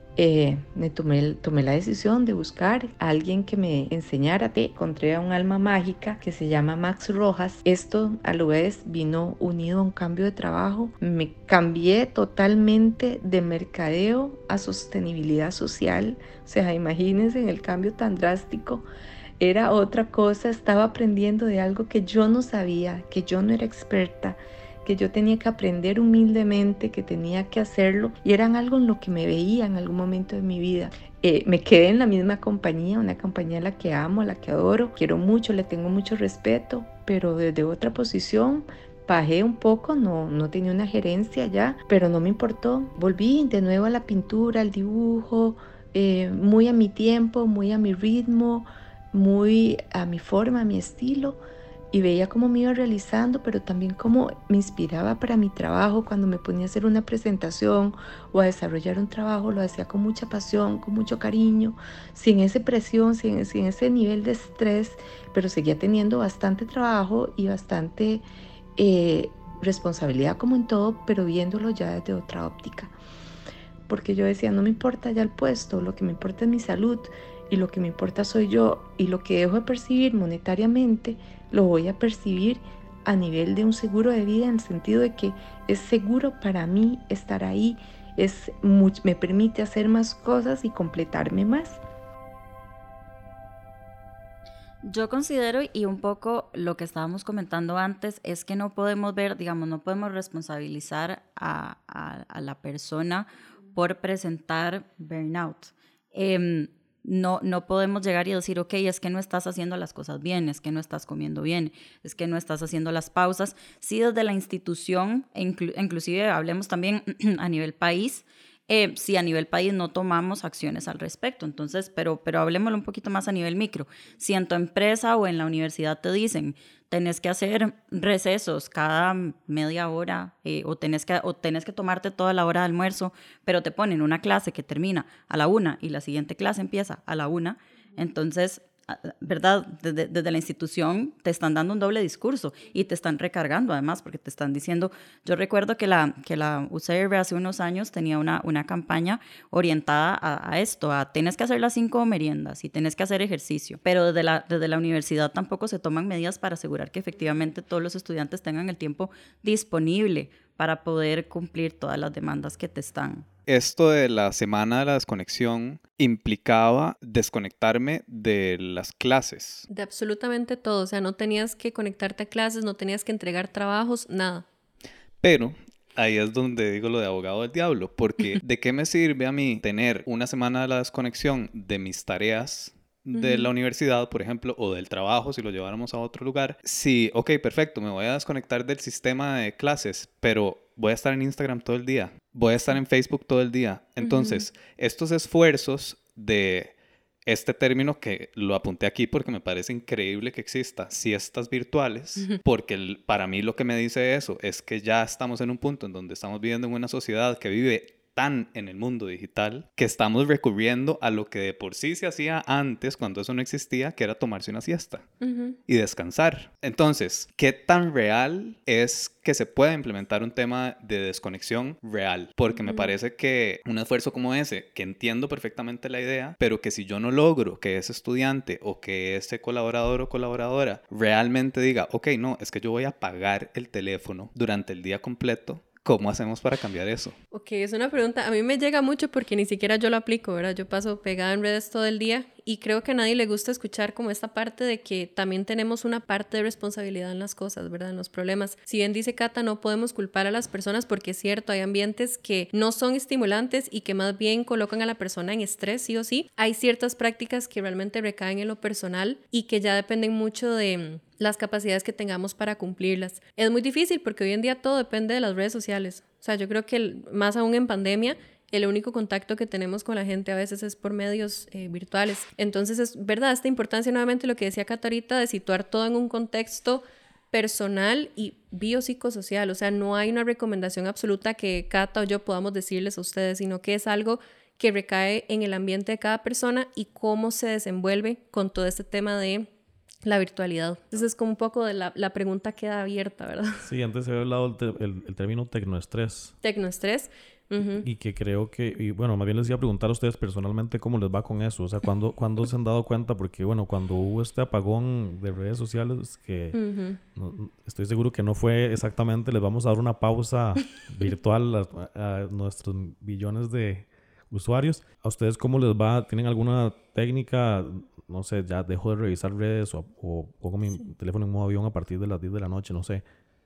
tomé la decisión de buscar a alguien que me enseñara. Encontré a un alma mágica que se llama Max Rojas. Esto a la vez vino unido a un cambio de trabajo. Me cambié totalmente de mercadeo a sostenibilidad social. O sea, imagínense en el cambio tan drástico. Era otra cosa, estaba aprendiendo de algo que yo no sabía, que yo no era experta, que yo tenía que aprender humildemente, que tenía que hacerlo, y eran algo en lo que me veía en algún momento de mi vida. Me quedé en la misma compañía, una compañía a la que amo, a la que adoro, quiero mucho, le tengo mucho respeto, pero desde otra posición. Bajé un poco, no tenía una gerencia ya, pero no me importó. Volví de nuevo a la pintura, al dibujo, muy a mi tiempo, muy a mi ritmo, muy a mi forma, a mi estilo. Y veía cómo me iba realizando, pero también cómo me inspiraba para mi trabajo. Cuando me ponía a hacer una presentación o a desarrollar un trabajo, lo hacía con mucha pasión, con mucho cariño, sin esa presión, sin ese nivel de estrés, pero seguía teniendo bastante trabajo y bastante responsabilidad como en todo, pero viéndolo ya desde otra óptica. Porque yo decía, no me importa ya el puesto, lo que me importa es mi salud y lo que me importa soy yo, y lo que dejo de percibir monetariamente lo voy a percibir a nivel de un seguro de vida, en el sentido de que es seguro para mí estar ahí, me permite hacer más cosas y completarme más. Yo considero, y un poco lo que estábamos comentando antes, es que no podemos ver, digamos, no podemos responsabilizar a la persona por presentar burnout. No podemos llegar y decir, ok, es que no estás haciendo las cosas bien, es que no estás comiendo bien, es que no estás haciendo las pausas. Sí, desde la institución, inclusive hablemos también a nivel país, si a nivel país no tomamos acciones al respecto. Entonces, pero hablemoslo un poquito más a nivel micro. Si en tu empresa o en la universidad te dicen, tenés que hacer recesos cada media hora, o tenés que tomarte toda la hora de almuerzo, pero te ponen una clase que termina a la 1 y la siguiente clase empieza a la 1, entonces, ¿verdad? Desde la institución te están dando un doble discurso y te están recargando además, porque te están diciendo, yo recuerdo que la UCR hace unos años tenía una campaña orientada a esto, a tienes que hacer las 5 meriendas y tienes que hacer ejercicio, pero desde la universidad tampoco se toman medidas para asegurar que efectivamente todos los estudiantes tengan el tiempo disponible para poder cumplir todas las demandas que te están. Esto de la semana de la desconexión implicaba desconectarme de las clases. De absolutamente todo, o sea, no tenías que conectarte a clases, no tenías que entregar trabajos, nada. Pero ahí es donde digo lo de abogado del diablo, porque ¿de qué me sirve a mí tener una semana de la desconexión de mis tareas de la universidad, por ejemplo, o del trabajo, si lo lleváramos a otro lugar? Sí, ok, perfecto, me voy a desconectar del sistema de clases, pero voy a estar en Instagram todo el día, voy a estar en Facebook todo el día. Entonces, estos esfuerzos de este término que lo apunté aquí porque me parece increíble que exista, siestas virtuales, porque para mí lo que me dice eso es que ya estamos en un punto en donde estamos viviendo en una sociedad que vive tan en el mundo digital que estamos recurriendo a lo que de por sí se hacía antes cuando eso no existía, que era tomarse una siesta y descansar. Entonces, ¿qué tan real es que se pueda implementar un tema de desconexión real? Porque me parece que un esfuerzo como ese, que entiendo perfectamente la idea, pero que si yo no logro que ese estudiante o que ese colaborador o colaboradora realmente diga, ok, no, es que yo voy a apagar el teléfono durante el día completo, ¿cómo hacemos para cambiar eso? Ok, es una pregunta, a mí me llega mucho porque ni siquiera yo lo aplico, ¿verdad? Yo paso pegada en redes todo el día y creo que a nadie le gusta escuchar como esta parte de que también tenemos una parte de responsabilidad en las cosas, ¿verdad? En los problemas. Si bien dice Cata, no podemos culpar a las personas porque es cierto, hay ambientes que no son estimulantes y que más bien colocan a la persona en estrés, sí o sí. Hay ciertas prácticas que realmente recaen en lo personal y que ya dependen mucho de las capacidades que tengamos para cumplirlas. Es muy difícil porque hoy en día todo depende de las redes sociales. O sea, yo creo que más aún en pandemia, el único contacto que tenemos con la gente a veces es por medios virtuales. Entonces es verdad esta importancia, nuevamente lo que decía Catarita, de situar todo en un contexto personal y biopsicosocial. O sea, no hay una recomendación absoluta que Cata o yo podamos decirles a ustedes, sino que es algo que recae en el ambiente de cada persona y cómo se desenvuelve con todo este tema de la virtualidad. Entonces es como un poco de la pregunta queda abierta, ¿verdad? Sí, antes se había hablado el término tecnoestrés. Tecnoestrés. Y que creo que, y bueno, más bien les iba a preguntar a ustedes personalmente cómo les va con eso. O sea, ¿cuándo se han dado cuenta? Porque, bueno, cuando hubo este apagón de redes sociales, que estoy seguro que no fue exactamente, les vamos a dar una pausa virtual a nuestros billones de usuarios. ¿A ustedes cómo les va? ¿Tienen alguna técnica? No sé, ya dejo de revisar redes o pongo mi teléfono en modo avión a partir de las 10 de la noche, no sé.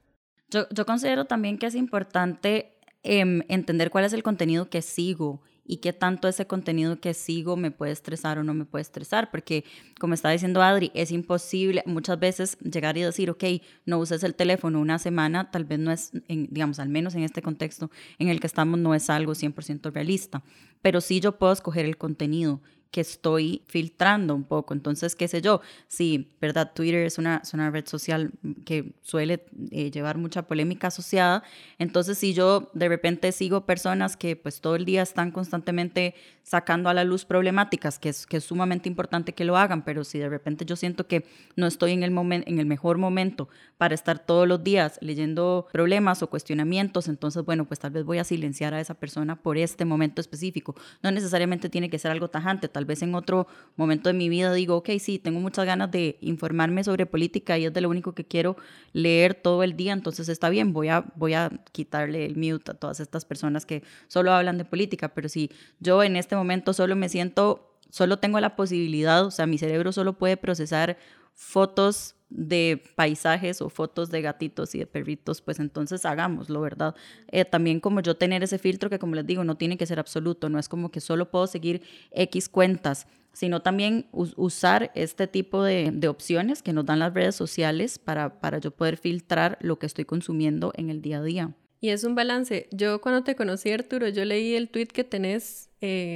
Yo considero también que es importante entender cuál es el contenido que sigo y qué tanto ese contenido que sigo me puede estresar o no me puede estresar, porque como está diciendo Adri, es imposible muchas veces llegar y decir, ok, no uses el teléfono una semana, tal vez no es, digamos, al menos en este contexto en el que estamos, no es algo 100% realista, pero sí yo puedo escoger el contenido que estoy filtrando un poco. Entonces, qué sé yo, sí, ¿verdad? Twitter es una red social que suele llevar mucha polémica asociada. Entonces, si yo de repente sigo personas que pues todo el día están constantemente sacando a la luz problemáticas, que es sumamente importante que lo hagan, pero si de repente yo siento que no estoy en el mejor momento para estar todos los días leyendo problemas o cuestionamientos, entonces, bueno, pues tal vez voy a silenciar a esa persona por este momento específico. No necesariamente tiene que ser algo tajante, tal vez en otro momento de mi vida digo, ok, sí, tengo muchas ganas de informarme sobre política y es de lo único que quiero leer todo el día, entonces está bien, voy a quitarle el mute a todas estas personas que solo hablan de política, pero si yo en este momento solo tengo la posibilidad, o sea, mi cerebro solo puede procesar fotos de paisajes o fotos de gatitos y de perritos, pues entonces hagámoslo, ¿verdad? También como yo tener ese filtro que, como les digo, no tiene que ser absoluto, no es como que solo puedo seguir X cuentas, sino también usar este tipo de opciones que nos dan las redes sociales para yo poder filtrar lo que estoy consumiendo en el día a día. Y es un balance. Yo cuando te conocí, Arturo, yo leí el tweet que tenés...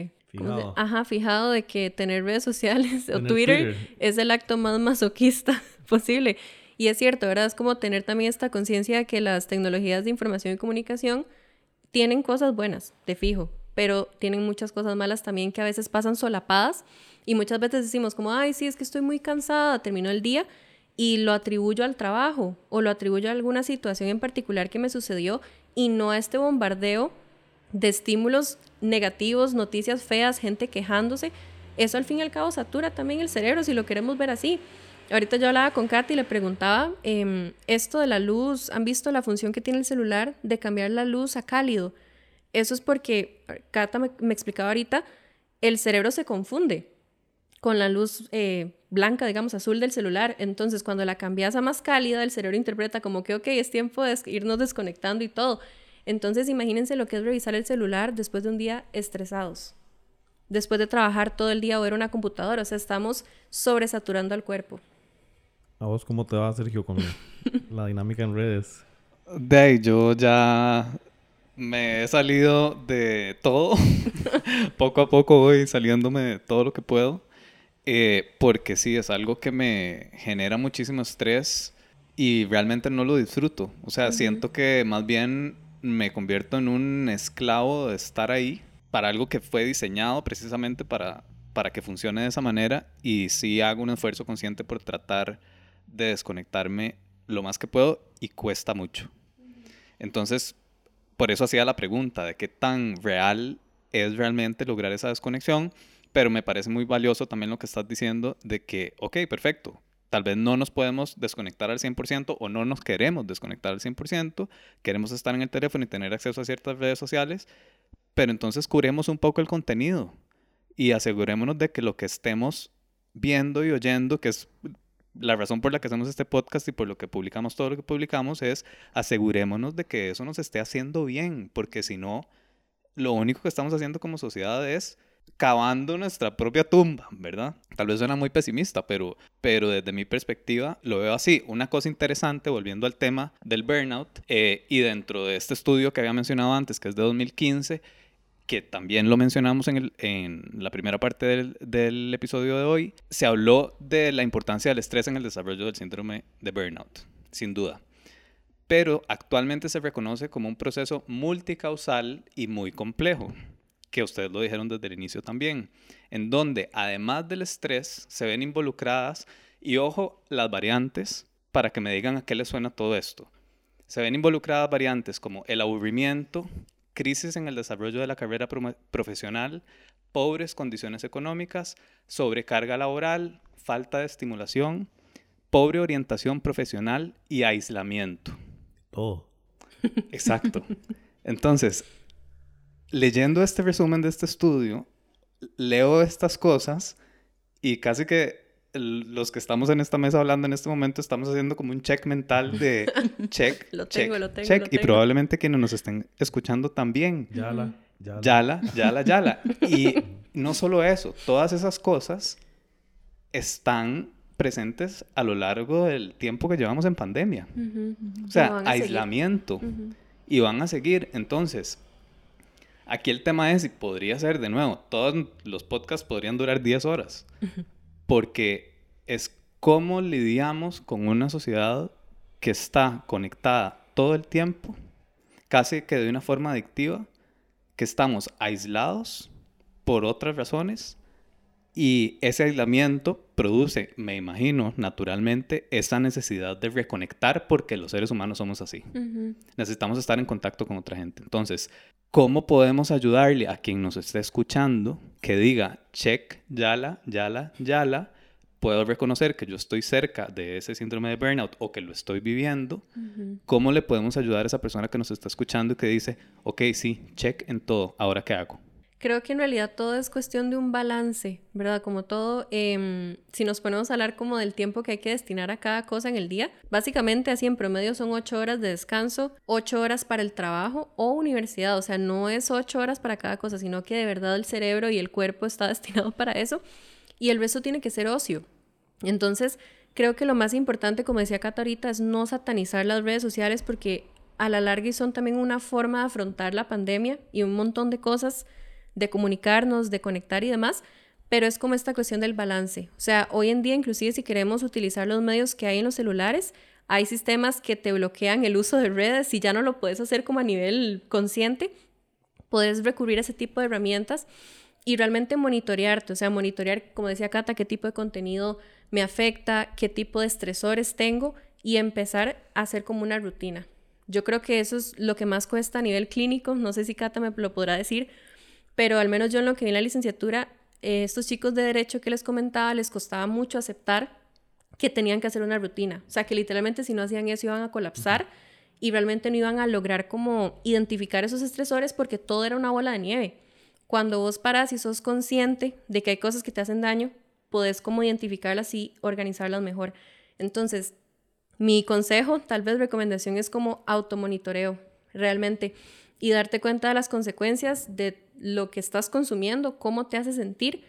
fijado de que tener redes sociales o Twitter es el acto más masoquista posible. Y es cierto, ¿verdad? Es como tener también esta conciencia de que las tecnologías de información y comunicación tienen cosas buenas, de fijo, pero tienen muchas cosas malas también que a veces pasan solapadas y muchas veces decimos como, ay, sí, es que estoy muy cansada, terminó el día y lo atribuyo al trabajo o lo atribuyo a alguna situación en particular que me sucedió y no a este bombardeo de estímulos negativos, noticias feas, gente quejándose. Eso al fin y al cabo satura también el cerebro si lo queremos ver así. Ahorita yo hablaba con Katy y le preguntaba esto de la luz, ¿han visto la función que tiene el celular de cambiar la luz a cálido? Eso es porque, Cata me explicaba ahorita, el cerebro se confunde con la luz blanca, digamos, azul del celular. Entonces, cuando la cambias a más cálida, el cerebro interpreta como que, ok, es tiempo de irnos desconectando y todo. Entonces, imagínense lo que es revisar el celular después de un día estresados. Después de trabajar todo el día o ver una computadora. O sea, estamos sobresaturando al cuerpo. ¿A vos cómo te va, Sergio, con la dinámica en redes? De ahí, yo ya me he salido de todo. Poco a poco voy saliéndome de todo lo que puedo. Porque sí, es algo que me genera muchísimo estrés y realmente no lo disfruto. O sea, siento que más bien me convierto en un esclavo de estar ahí para algo que fue diseñado precisamente para que funcione de esa manera, y sí hago un esfuerzo consciente por tratar de desconectarme lo más que puedo y cuesta mucho. Entonces, por eso hacía la pregunta de qué tan real es realmente lograr esa desconexión, pero me parece muy valioso también lo que estás diciendo de que, ok, perfecto, tal vez no nos podemos desconectar al 100% o no nos queremos desconectar al 100%, queremos estar en el teléfono y tener acceso a ciertas redes sociales, pero entonces curemos un poco el contenido y asegurémonos de que lo que estemos viendo y oyendo, que es la razón por la que hacemos este podcast y por lo que publicamos todo lo que publicamos, es asegurémonos de que eso nos esté haciendo bien, porque si no, lo único que estamos haciendo como sociedad es cavando nuestra propia tumba, ¿verdad? Tal vez suena muy pesimista, pero desde mi perspectiva lo veo así. Una cosa interesante, volviendo al tema del burnout, y dentro de este estudio que había mencionado antes, que es de 2015, que también lo mencionamos en la primera parte del episodio de hoy, se habló de la importancia del estrés en el desarrollo del síndrome de burnout, sin duda. Pero actualmente se reconoce como un proceso multicausal y muy complejo, que ustedes lo dijeron desde el inicio también, en donde además del estrés se ven involucradas, y ojo, las variantes, para que me digan a qué les suena todo esto. Se ven involucradas variantes como el aburrimiento, crisis en el desarrollo de la carrera profesional, pobres condiciones económicas, sobrecarga laboral, falta de estimulación, pobre orientación profesional y aislamiento. Todo. Exacto. Entonces, leyendo este resumen de este estudio, leo estas cosas y casi que los que estamos en esta mesa hablando en este momento estamos haciendo como un check mental de check, Lo tengo. y probablemente quienes nos estén escuchando también. Yala. Y no solo eso, todas esas cosas están presentes a lo largo del tiempo que llevamos en pandemia. O sea, aislamiento. Y van a seguir. Entonces, aquí el tema es, y podría ser de nuevo, todos los podcasts podrían durar 10 horas. Porque es cómo lidiamos con una sociedad que está conectada todo el tiempo, casi que de una forma adictiva, que estamos aislados por otras razones, y ese aislamiento produce, me imagino, naturalmente, esa necesidad de reconectar porque los seres humanos somos así. Necesitamos estar en contacto con otra gente. Entonces, ¿cómo podemos ayudarle a quien nos esté escuchando que diga, check, yala, puedo reconocer que yo estoy cerca de ese síndrome de burnout o que lo estoy viviendo? ¿Cómo le podemos ayudar a esa persona que nos está escuchando y que dice, ok, sí, check en todo, ¿ahora qué hago? Creo que en realidad todo es cuestión de un balance, ¿verdad? Como todo, si nos ponemos a hablar como del tiempo que hay que destinar a cada cosa en el día, básicamente así en promedio son 8 horas de descanso, 8 horas para el trabajo o universidad, o sea, no es 8 horas para cada cosa, sino que de verdad el cerebro y el cuerpo está destinado para eso y el resto tiene que ser ocio. Entonces, creo que lo más importante, como decía Cata ahorita, es no satanizar las redes sociales porque a la larga son también una forma de afrontar la pandemia y un montón de cosas de comunicarnos, de conectar y demás, pero es como esta cuestión del balance. O sea, hoy en día, inclusive si queremos utilizar los medios que hay en los celulares, hay sistemas que te bloquean el uso de redes y ya no lo puedes hacer como a nivel consciente. Puedes recurrir a ese tipo de herramientas y realmente monitorearte, o sea, monitorear, como decía Cata, qué tipo de contenido me afecta, qué tipo de estresores tengo y empezar a hacer como una rutina. Yo creo que eso es lo que más cuesta a nivel clínico, no sé si Cata me lo podrá decir, pero al menos yo en lo que vi en la licenciatura, estos chicos de Derecho que les comentaba, les costaba mucho aceptar que tenían que hacer una rutina. O sea, que literalmente si no hacían eso iban a colapsar y realmente no iban a lograr como identificar esos estresores porque todo era una bola de nieve. Cuando vos parás y sos consciente de que hay cosas que te hacen daño, podés como identificarlas y organizarlas mejor. Entonces, mi consejo, tal vez recomendación, es como automonitoreo, realmente, y darte cuenta de las consecuencias de lo que estás consumiendo, cómo te hace sentir,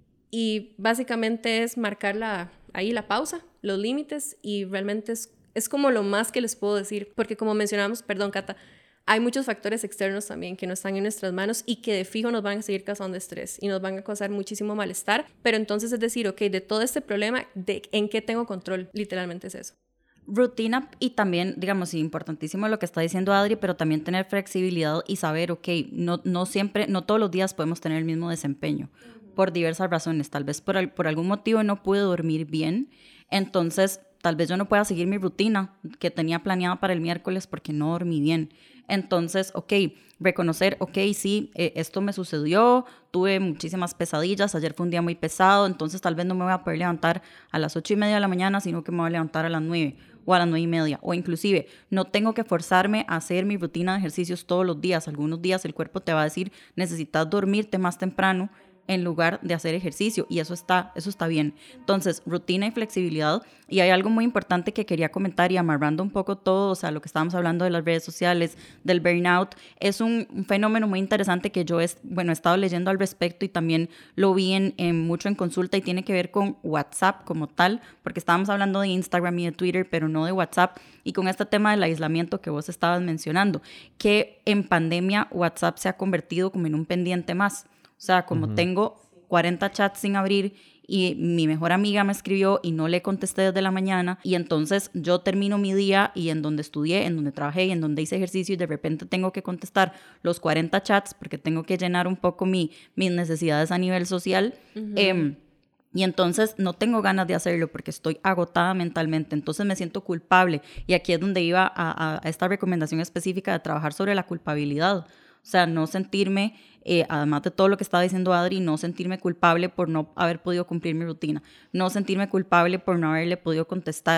y básicamente es marcar ahí la pausa, los límites, y realmente es como lo más que les puedo decir, porque como mencionamos, perdón Cata, hay muchos factores externos también que no están en nuestras manos y que de fijo nos van a seguir causando estrés y nos van a causar muchísimo malestar, pero entonces es decir, ok, de todo este problema, ¿en qué tengo control? Literalmente es eso. Rutina y también, digamos, importantísimo lo que está diciendo Adri, pero también tener flexibilidad y saber, ok, no siempre, no todos los días podemos tener el mismo desempeño por diversas razones. Tal vez por algún motivo no pude dormir bien, entonces tal vez yo no pueda seguir mi rutina que tenía planeada para el miércoles porque no dormí bien. Entonces, ok, reconocer, ok, sí, esto me sucedió, tuve muchísimas pesadillas, ayer fue un día muy pesado, entonces tal vez no me voy a poder levantar a las 8:30 de la mañana, sino que me voy a levantar a las 9 o a las 9:30, o inclusive no tengo que forzarme a hacer mi rutina de ejercicios todos los días. Algunos días el cuerpo te va a decir, necesitas dormirte más temprano en lugar de hacer ejercicio, y eso está bien. Entonces, rutina y flexibilidad. Y hay algo muy importante que quería comentar, y amarrando un poco todo, o sea, lo que estábamos hablando de las redes sociales, del burnout, es un fenómeno muy interesante que yo he estado leyendo al respecto y también lo vi mucho en consulta, y tiene que ver con WhatsApp como tal, porque estábamos hablando de Instagram y de Twitter, pero no de WhatsApp, y con este tema del aislamiento que vos estabas mencionando, que en pandemia WhatsApp se ha convertido como en un pendiente más. O sea, como tengo 40 chats sin abrir y mi mejor amiga me escribió y no le contesté desde la mañana, y entonces yo termino mi día y en donde estudié, en donde trabajé y en donde hice ejercicio, y de repente tengo que contestar los 40 chats porque tengo que llenar un poco mis necesidades a nivel social. Y entonces no tengo ganas de hacerlo porque estoy agotada mentalmente, entonces me siento culpable, y aquí es donde iba a esta recomendación específica de trabajar sobre la culpabilidad. O sea, no sentirme, además de todo lo que estaba diciendo Adri, no sentirme culpable por no haber podido cumplir mi rutina, no sentirme culpable por no haberle podido contestar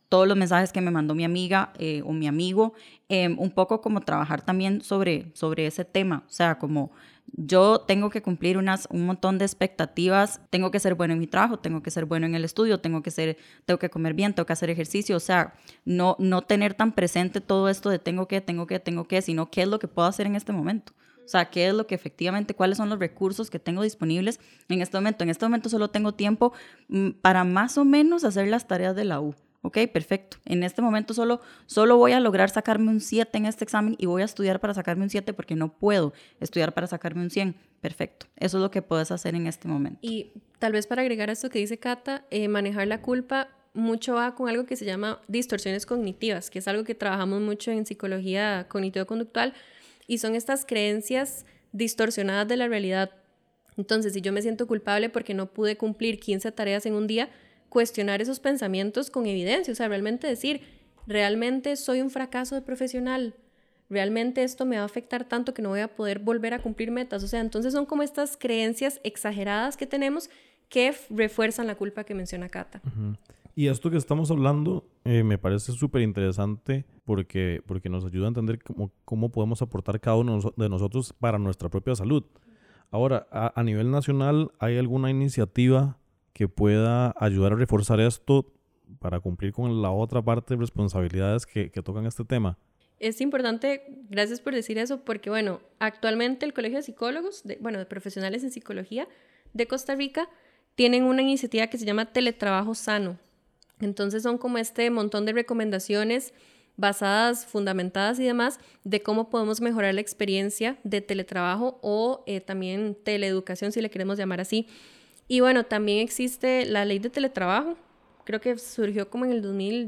todos los mensajes que me mandó mi amiga o mi amigo, un poco como trabajar también sobre ese tema, o sea, como yo tengo que cumplir un montón de expectativas, tengo que ser bueno en mi trabajo, tengo que ser bueno en el estudio, tengo que comer bien, tengo que hacer ejercicio, o sea, no tener tan presente todo esto de tengo que, sino qué es lo que puedo hacer en este momento. O sea, qué es lo que efectivamente, cuáles son los recursos que tengo disponibles en este momento. En este momento solo tengo tiempo para más o menos hacer las tareas de la U. Ok, perfecto. En este momento solo voy a lograr sacarme un 7 en este examen y voy a estudiar para sacarme un 7 porque no puedo estudiar para sacarme un 100. Perfecto. Eso es lo que puedes hacer en este momento. Y tal vez para agregar a esto que dice Cata, manejar la culpa mucho va con algo que se llama distorsiones cognitivas, que es algo que trabajamos mucho en psicología cognitivo-conductual, y son estas creencias distorsionadas de la realidad. Entonces, si yo me siento culpable porque no pude cumplir 15 tareas en un día, cuestionar esos pensamientos con evidencia, o sea, realmente decir, realmente soy un fracaso de profesional, realmente esto me va a afectar tanto que no voy a poder volver a cumplir metas, o sea, entonces son como estas creencias exageradas que tenemos que refuerzan la culpa que menciona Cata. Uh-huh. Y esto que estamos hablando me parece súper interesante porque nos ayuda a entender cómo podemos aportar cada uno de nosotros para nuestra propia salud. Ahora, a nivel nacional, ¿hay alguna iniciativa que pueda ayudar a reforzar esto para cumplir con la otra parte de responsabilidades que tocan este tema? Es importante, gracias por decir eso, porque bueno, actualmente el Colegio de Psicólogos, de profesionales en psicología de Costa Rica, tienen una iniciativa que se llama Teletrabajo Sano. Entonces son como este montón de recomendaciones basadas, fundamentadas y demás, de cómo podemos mejorar la experiencia de teletrabajo o también teleeducación, si le queremos llamar así. Y bueno, también existe la ley de teletrabajo, creo que surgió como en el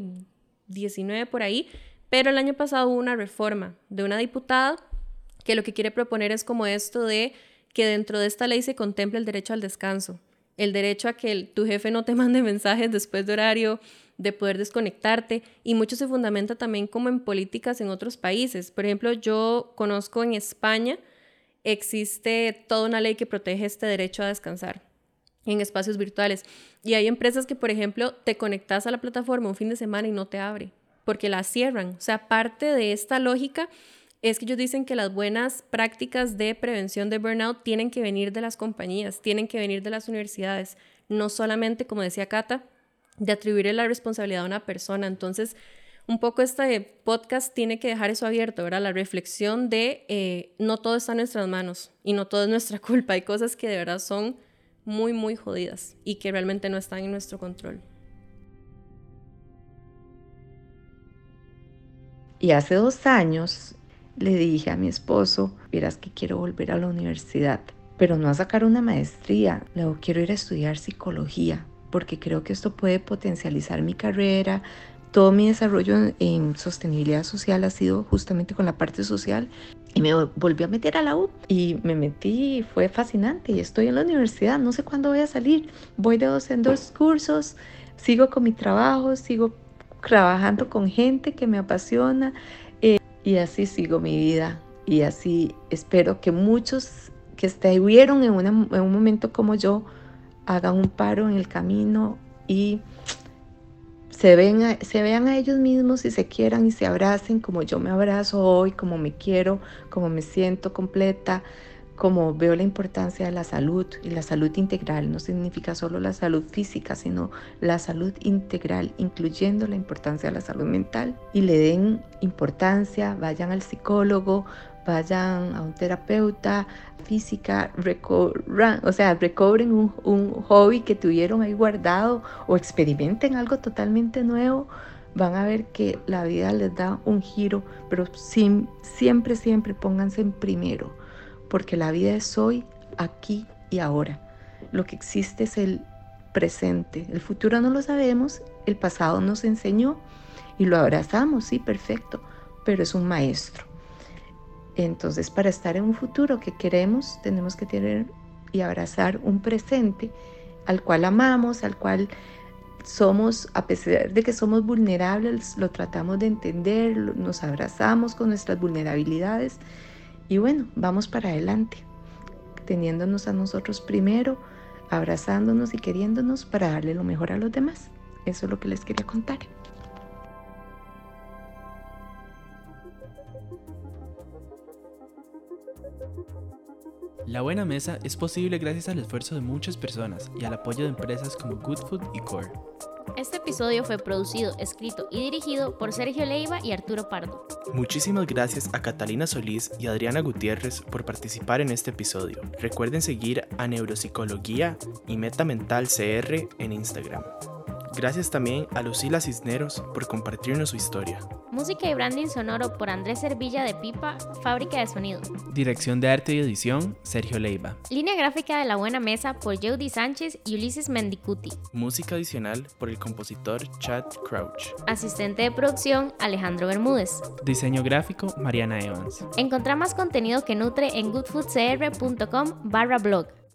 2019 por ahí, pero el año pasado hubo una reforma de una diputada que lo que quiere proponer es como esto de que dentro de esta ley se contemple el derecho al descanso, el derecho a que tu jefe no te mande mensajes después de horario, de poder desconectarte, y mucho se fundamenta también como en políticas en otros países. Por ejemplo, yo conozco en España existe toda una ley que protege este derecho a descansar en espacios virtuales, y hay empresas que, por ejemplo, te conectas a la plataforma un fin de semana y no te abre porque la cierran. O sea, parte de esta lógica es que ellos dicen que las buenas prácticas de prevención de burnout tienen que venir de las compañías, tienen que venir de las universidades, no solamente, como decía Cata, de atribuirle la responsabilidad a una persona. Entonces, un poco este podcast tiene que dejar eso abierto, ¿verdad? La reflexión de no todo está en nuestras manos y no todo es nuestra culpa. Hay cosas que de verdad son muy, muy jodidas y que realmente no están en nuestro control. Y hace 2 años le dije a mi esposo, verás que quiero volver a la universidad, pero no a sacar una maestría, luego quiero ir a estudiar psicología, porque creo que esto puede potencializar mi carrera. Todo mi desarrollo en sostenibilidad social ha sido justamente con la parte social, y me volví a meter a la U y me metí y fue fascinante, y estoy en la universidad, no sé cuándo voy a salir, voy de 2 en 2 cursos, sigo con mi trabajo, sigo trabajando con gente que me apasiona, y así sigo mi vida, y así espero que muchos que estuvieron en un momento como yo hagan un paro en el camino y se vean a ellos mismos y se quieran y se abracen como yo me abrazo hoy, como me quiero, como me siento completa, como veo la importancia de la salud, y la salud integral no significa solo la salud física, sino la salud integral, incluyendo la importancia de la salud mental, y le den importancia, vayan al psicólogo, vayan a un terapeuta física, recobren un hobby que tuvieron ahí guardado o experimenten algo totalmente nuevo. Van a ver que la vida les da un giro, pero siempre pónganse en primero, porque la vida es hoy, aquí y ahora. Lo que existe es el presente. El futuro no lo sabemos, el pasado nos enseñó y lo abrazamos, sí, perfecto, pero es un maestro. Entonces, para estar en un futuro que queremos, tenemos que tener y abrazar un presente al cual amamos, al cual somos, a pesar de que somos vulnerables, lo tratamos de entender, nos abrazamos con nuestras vulnerabilidades. Y bueno, vamos para adelante, teniéndonos a nosotros primero, abrazándonos y queriéndonos para darle lo mejor a los demás. Eso es lo que les quería contar. La Buena Mesa es posible gracias al esfuerzo de muchas personas y al apoyo de empresas como Good Food y Core. Este episodio fue producido, escrito y dirigido por Sergio Leiva y Arturo Pardo. Muchísimas gracias a Catalina Solís y Adriana Gutiérrez por participar en este episodio. Recuerden seguir a Neuropsicología y Meta Mental CR en Instagram. Gracias también a Lucila Cisneros por compartirnos su historia. Música y branding sonoro por Andrés Servilla de Pipa, Fábrica de Sonido. Dirección de arte y edición, Sergio Leiva. Línea gráfica de La Buena Mesa por Jody Sánchez y Ulises Mendicuti. Música adicional por el compositor Chad Crouch. Asistente de producción, Alejandro Bermúdez. Diseño gráfico, Mariana Evans. Encontrá más contenido que nutre en goodfoodcr.com/blog.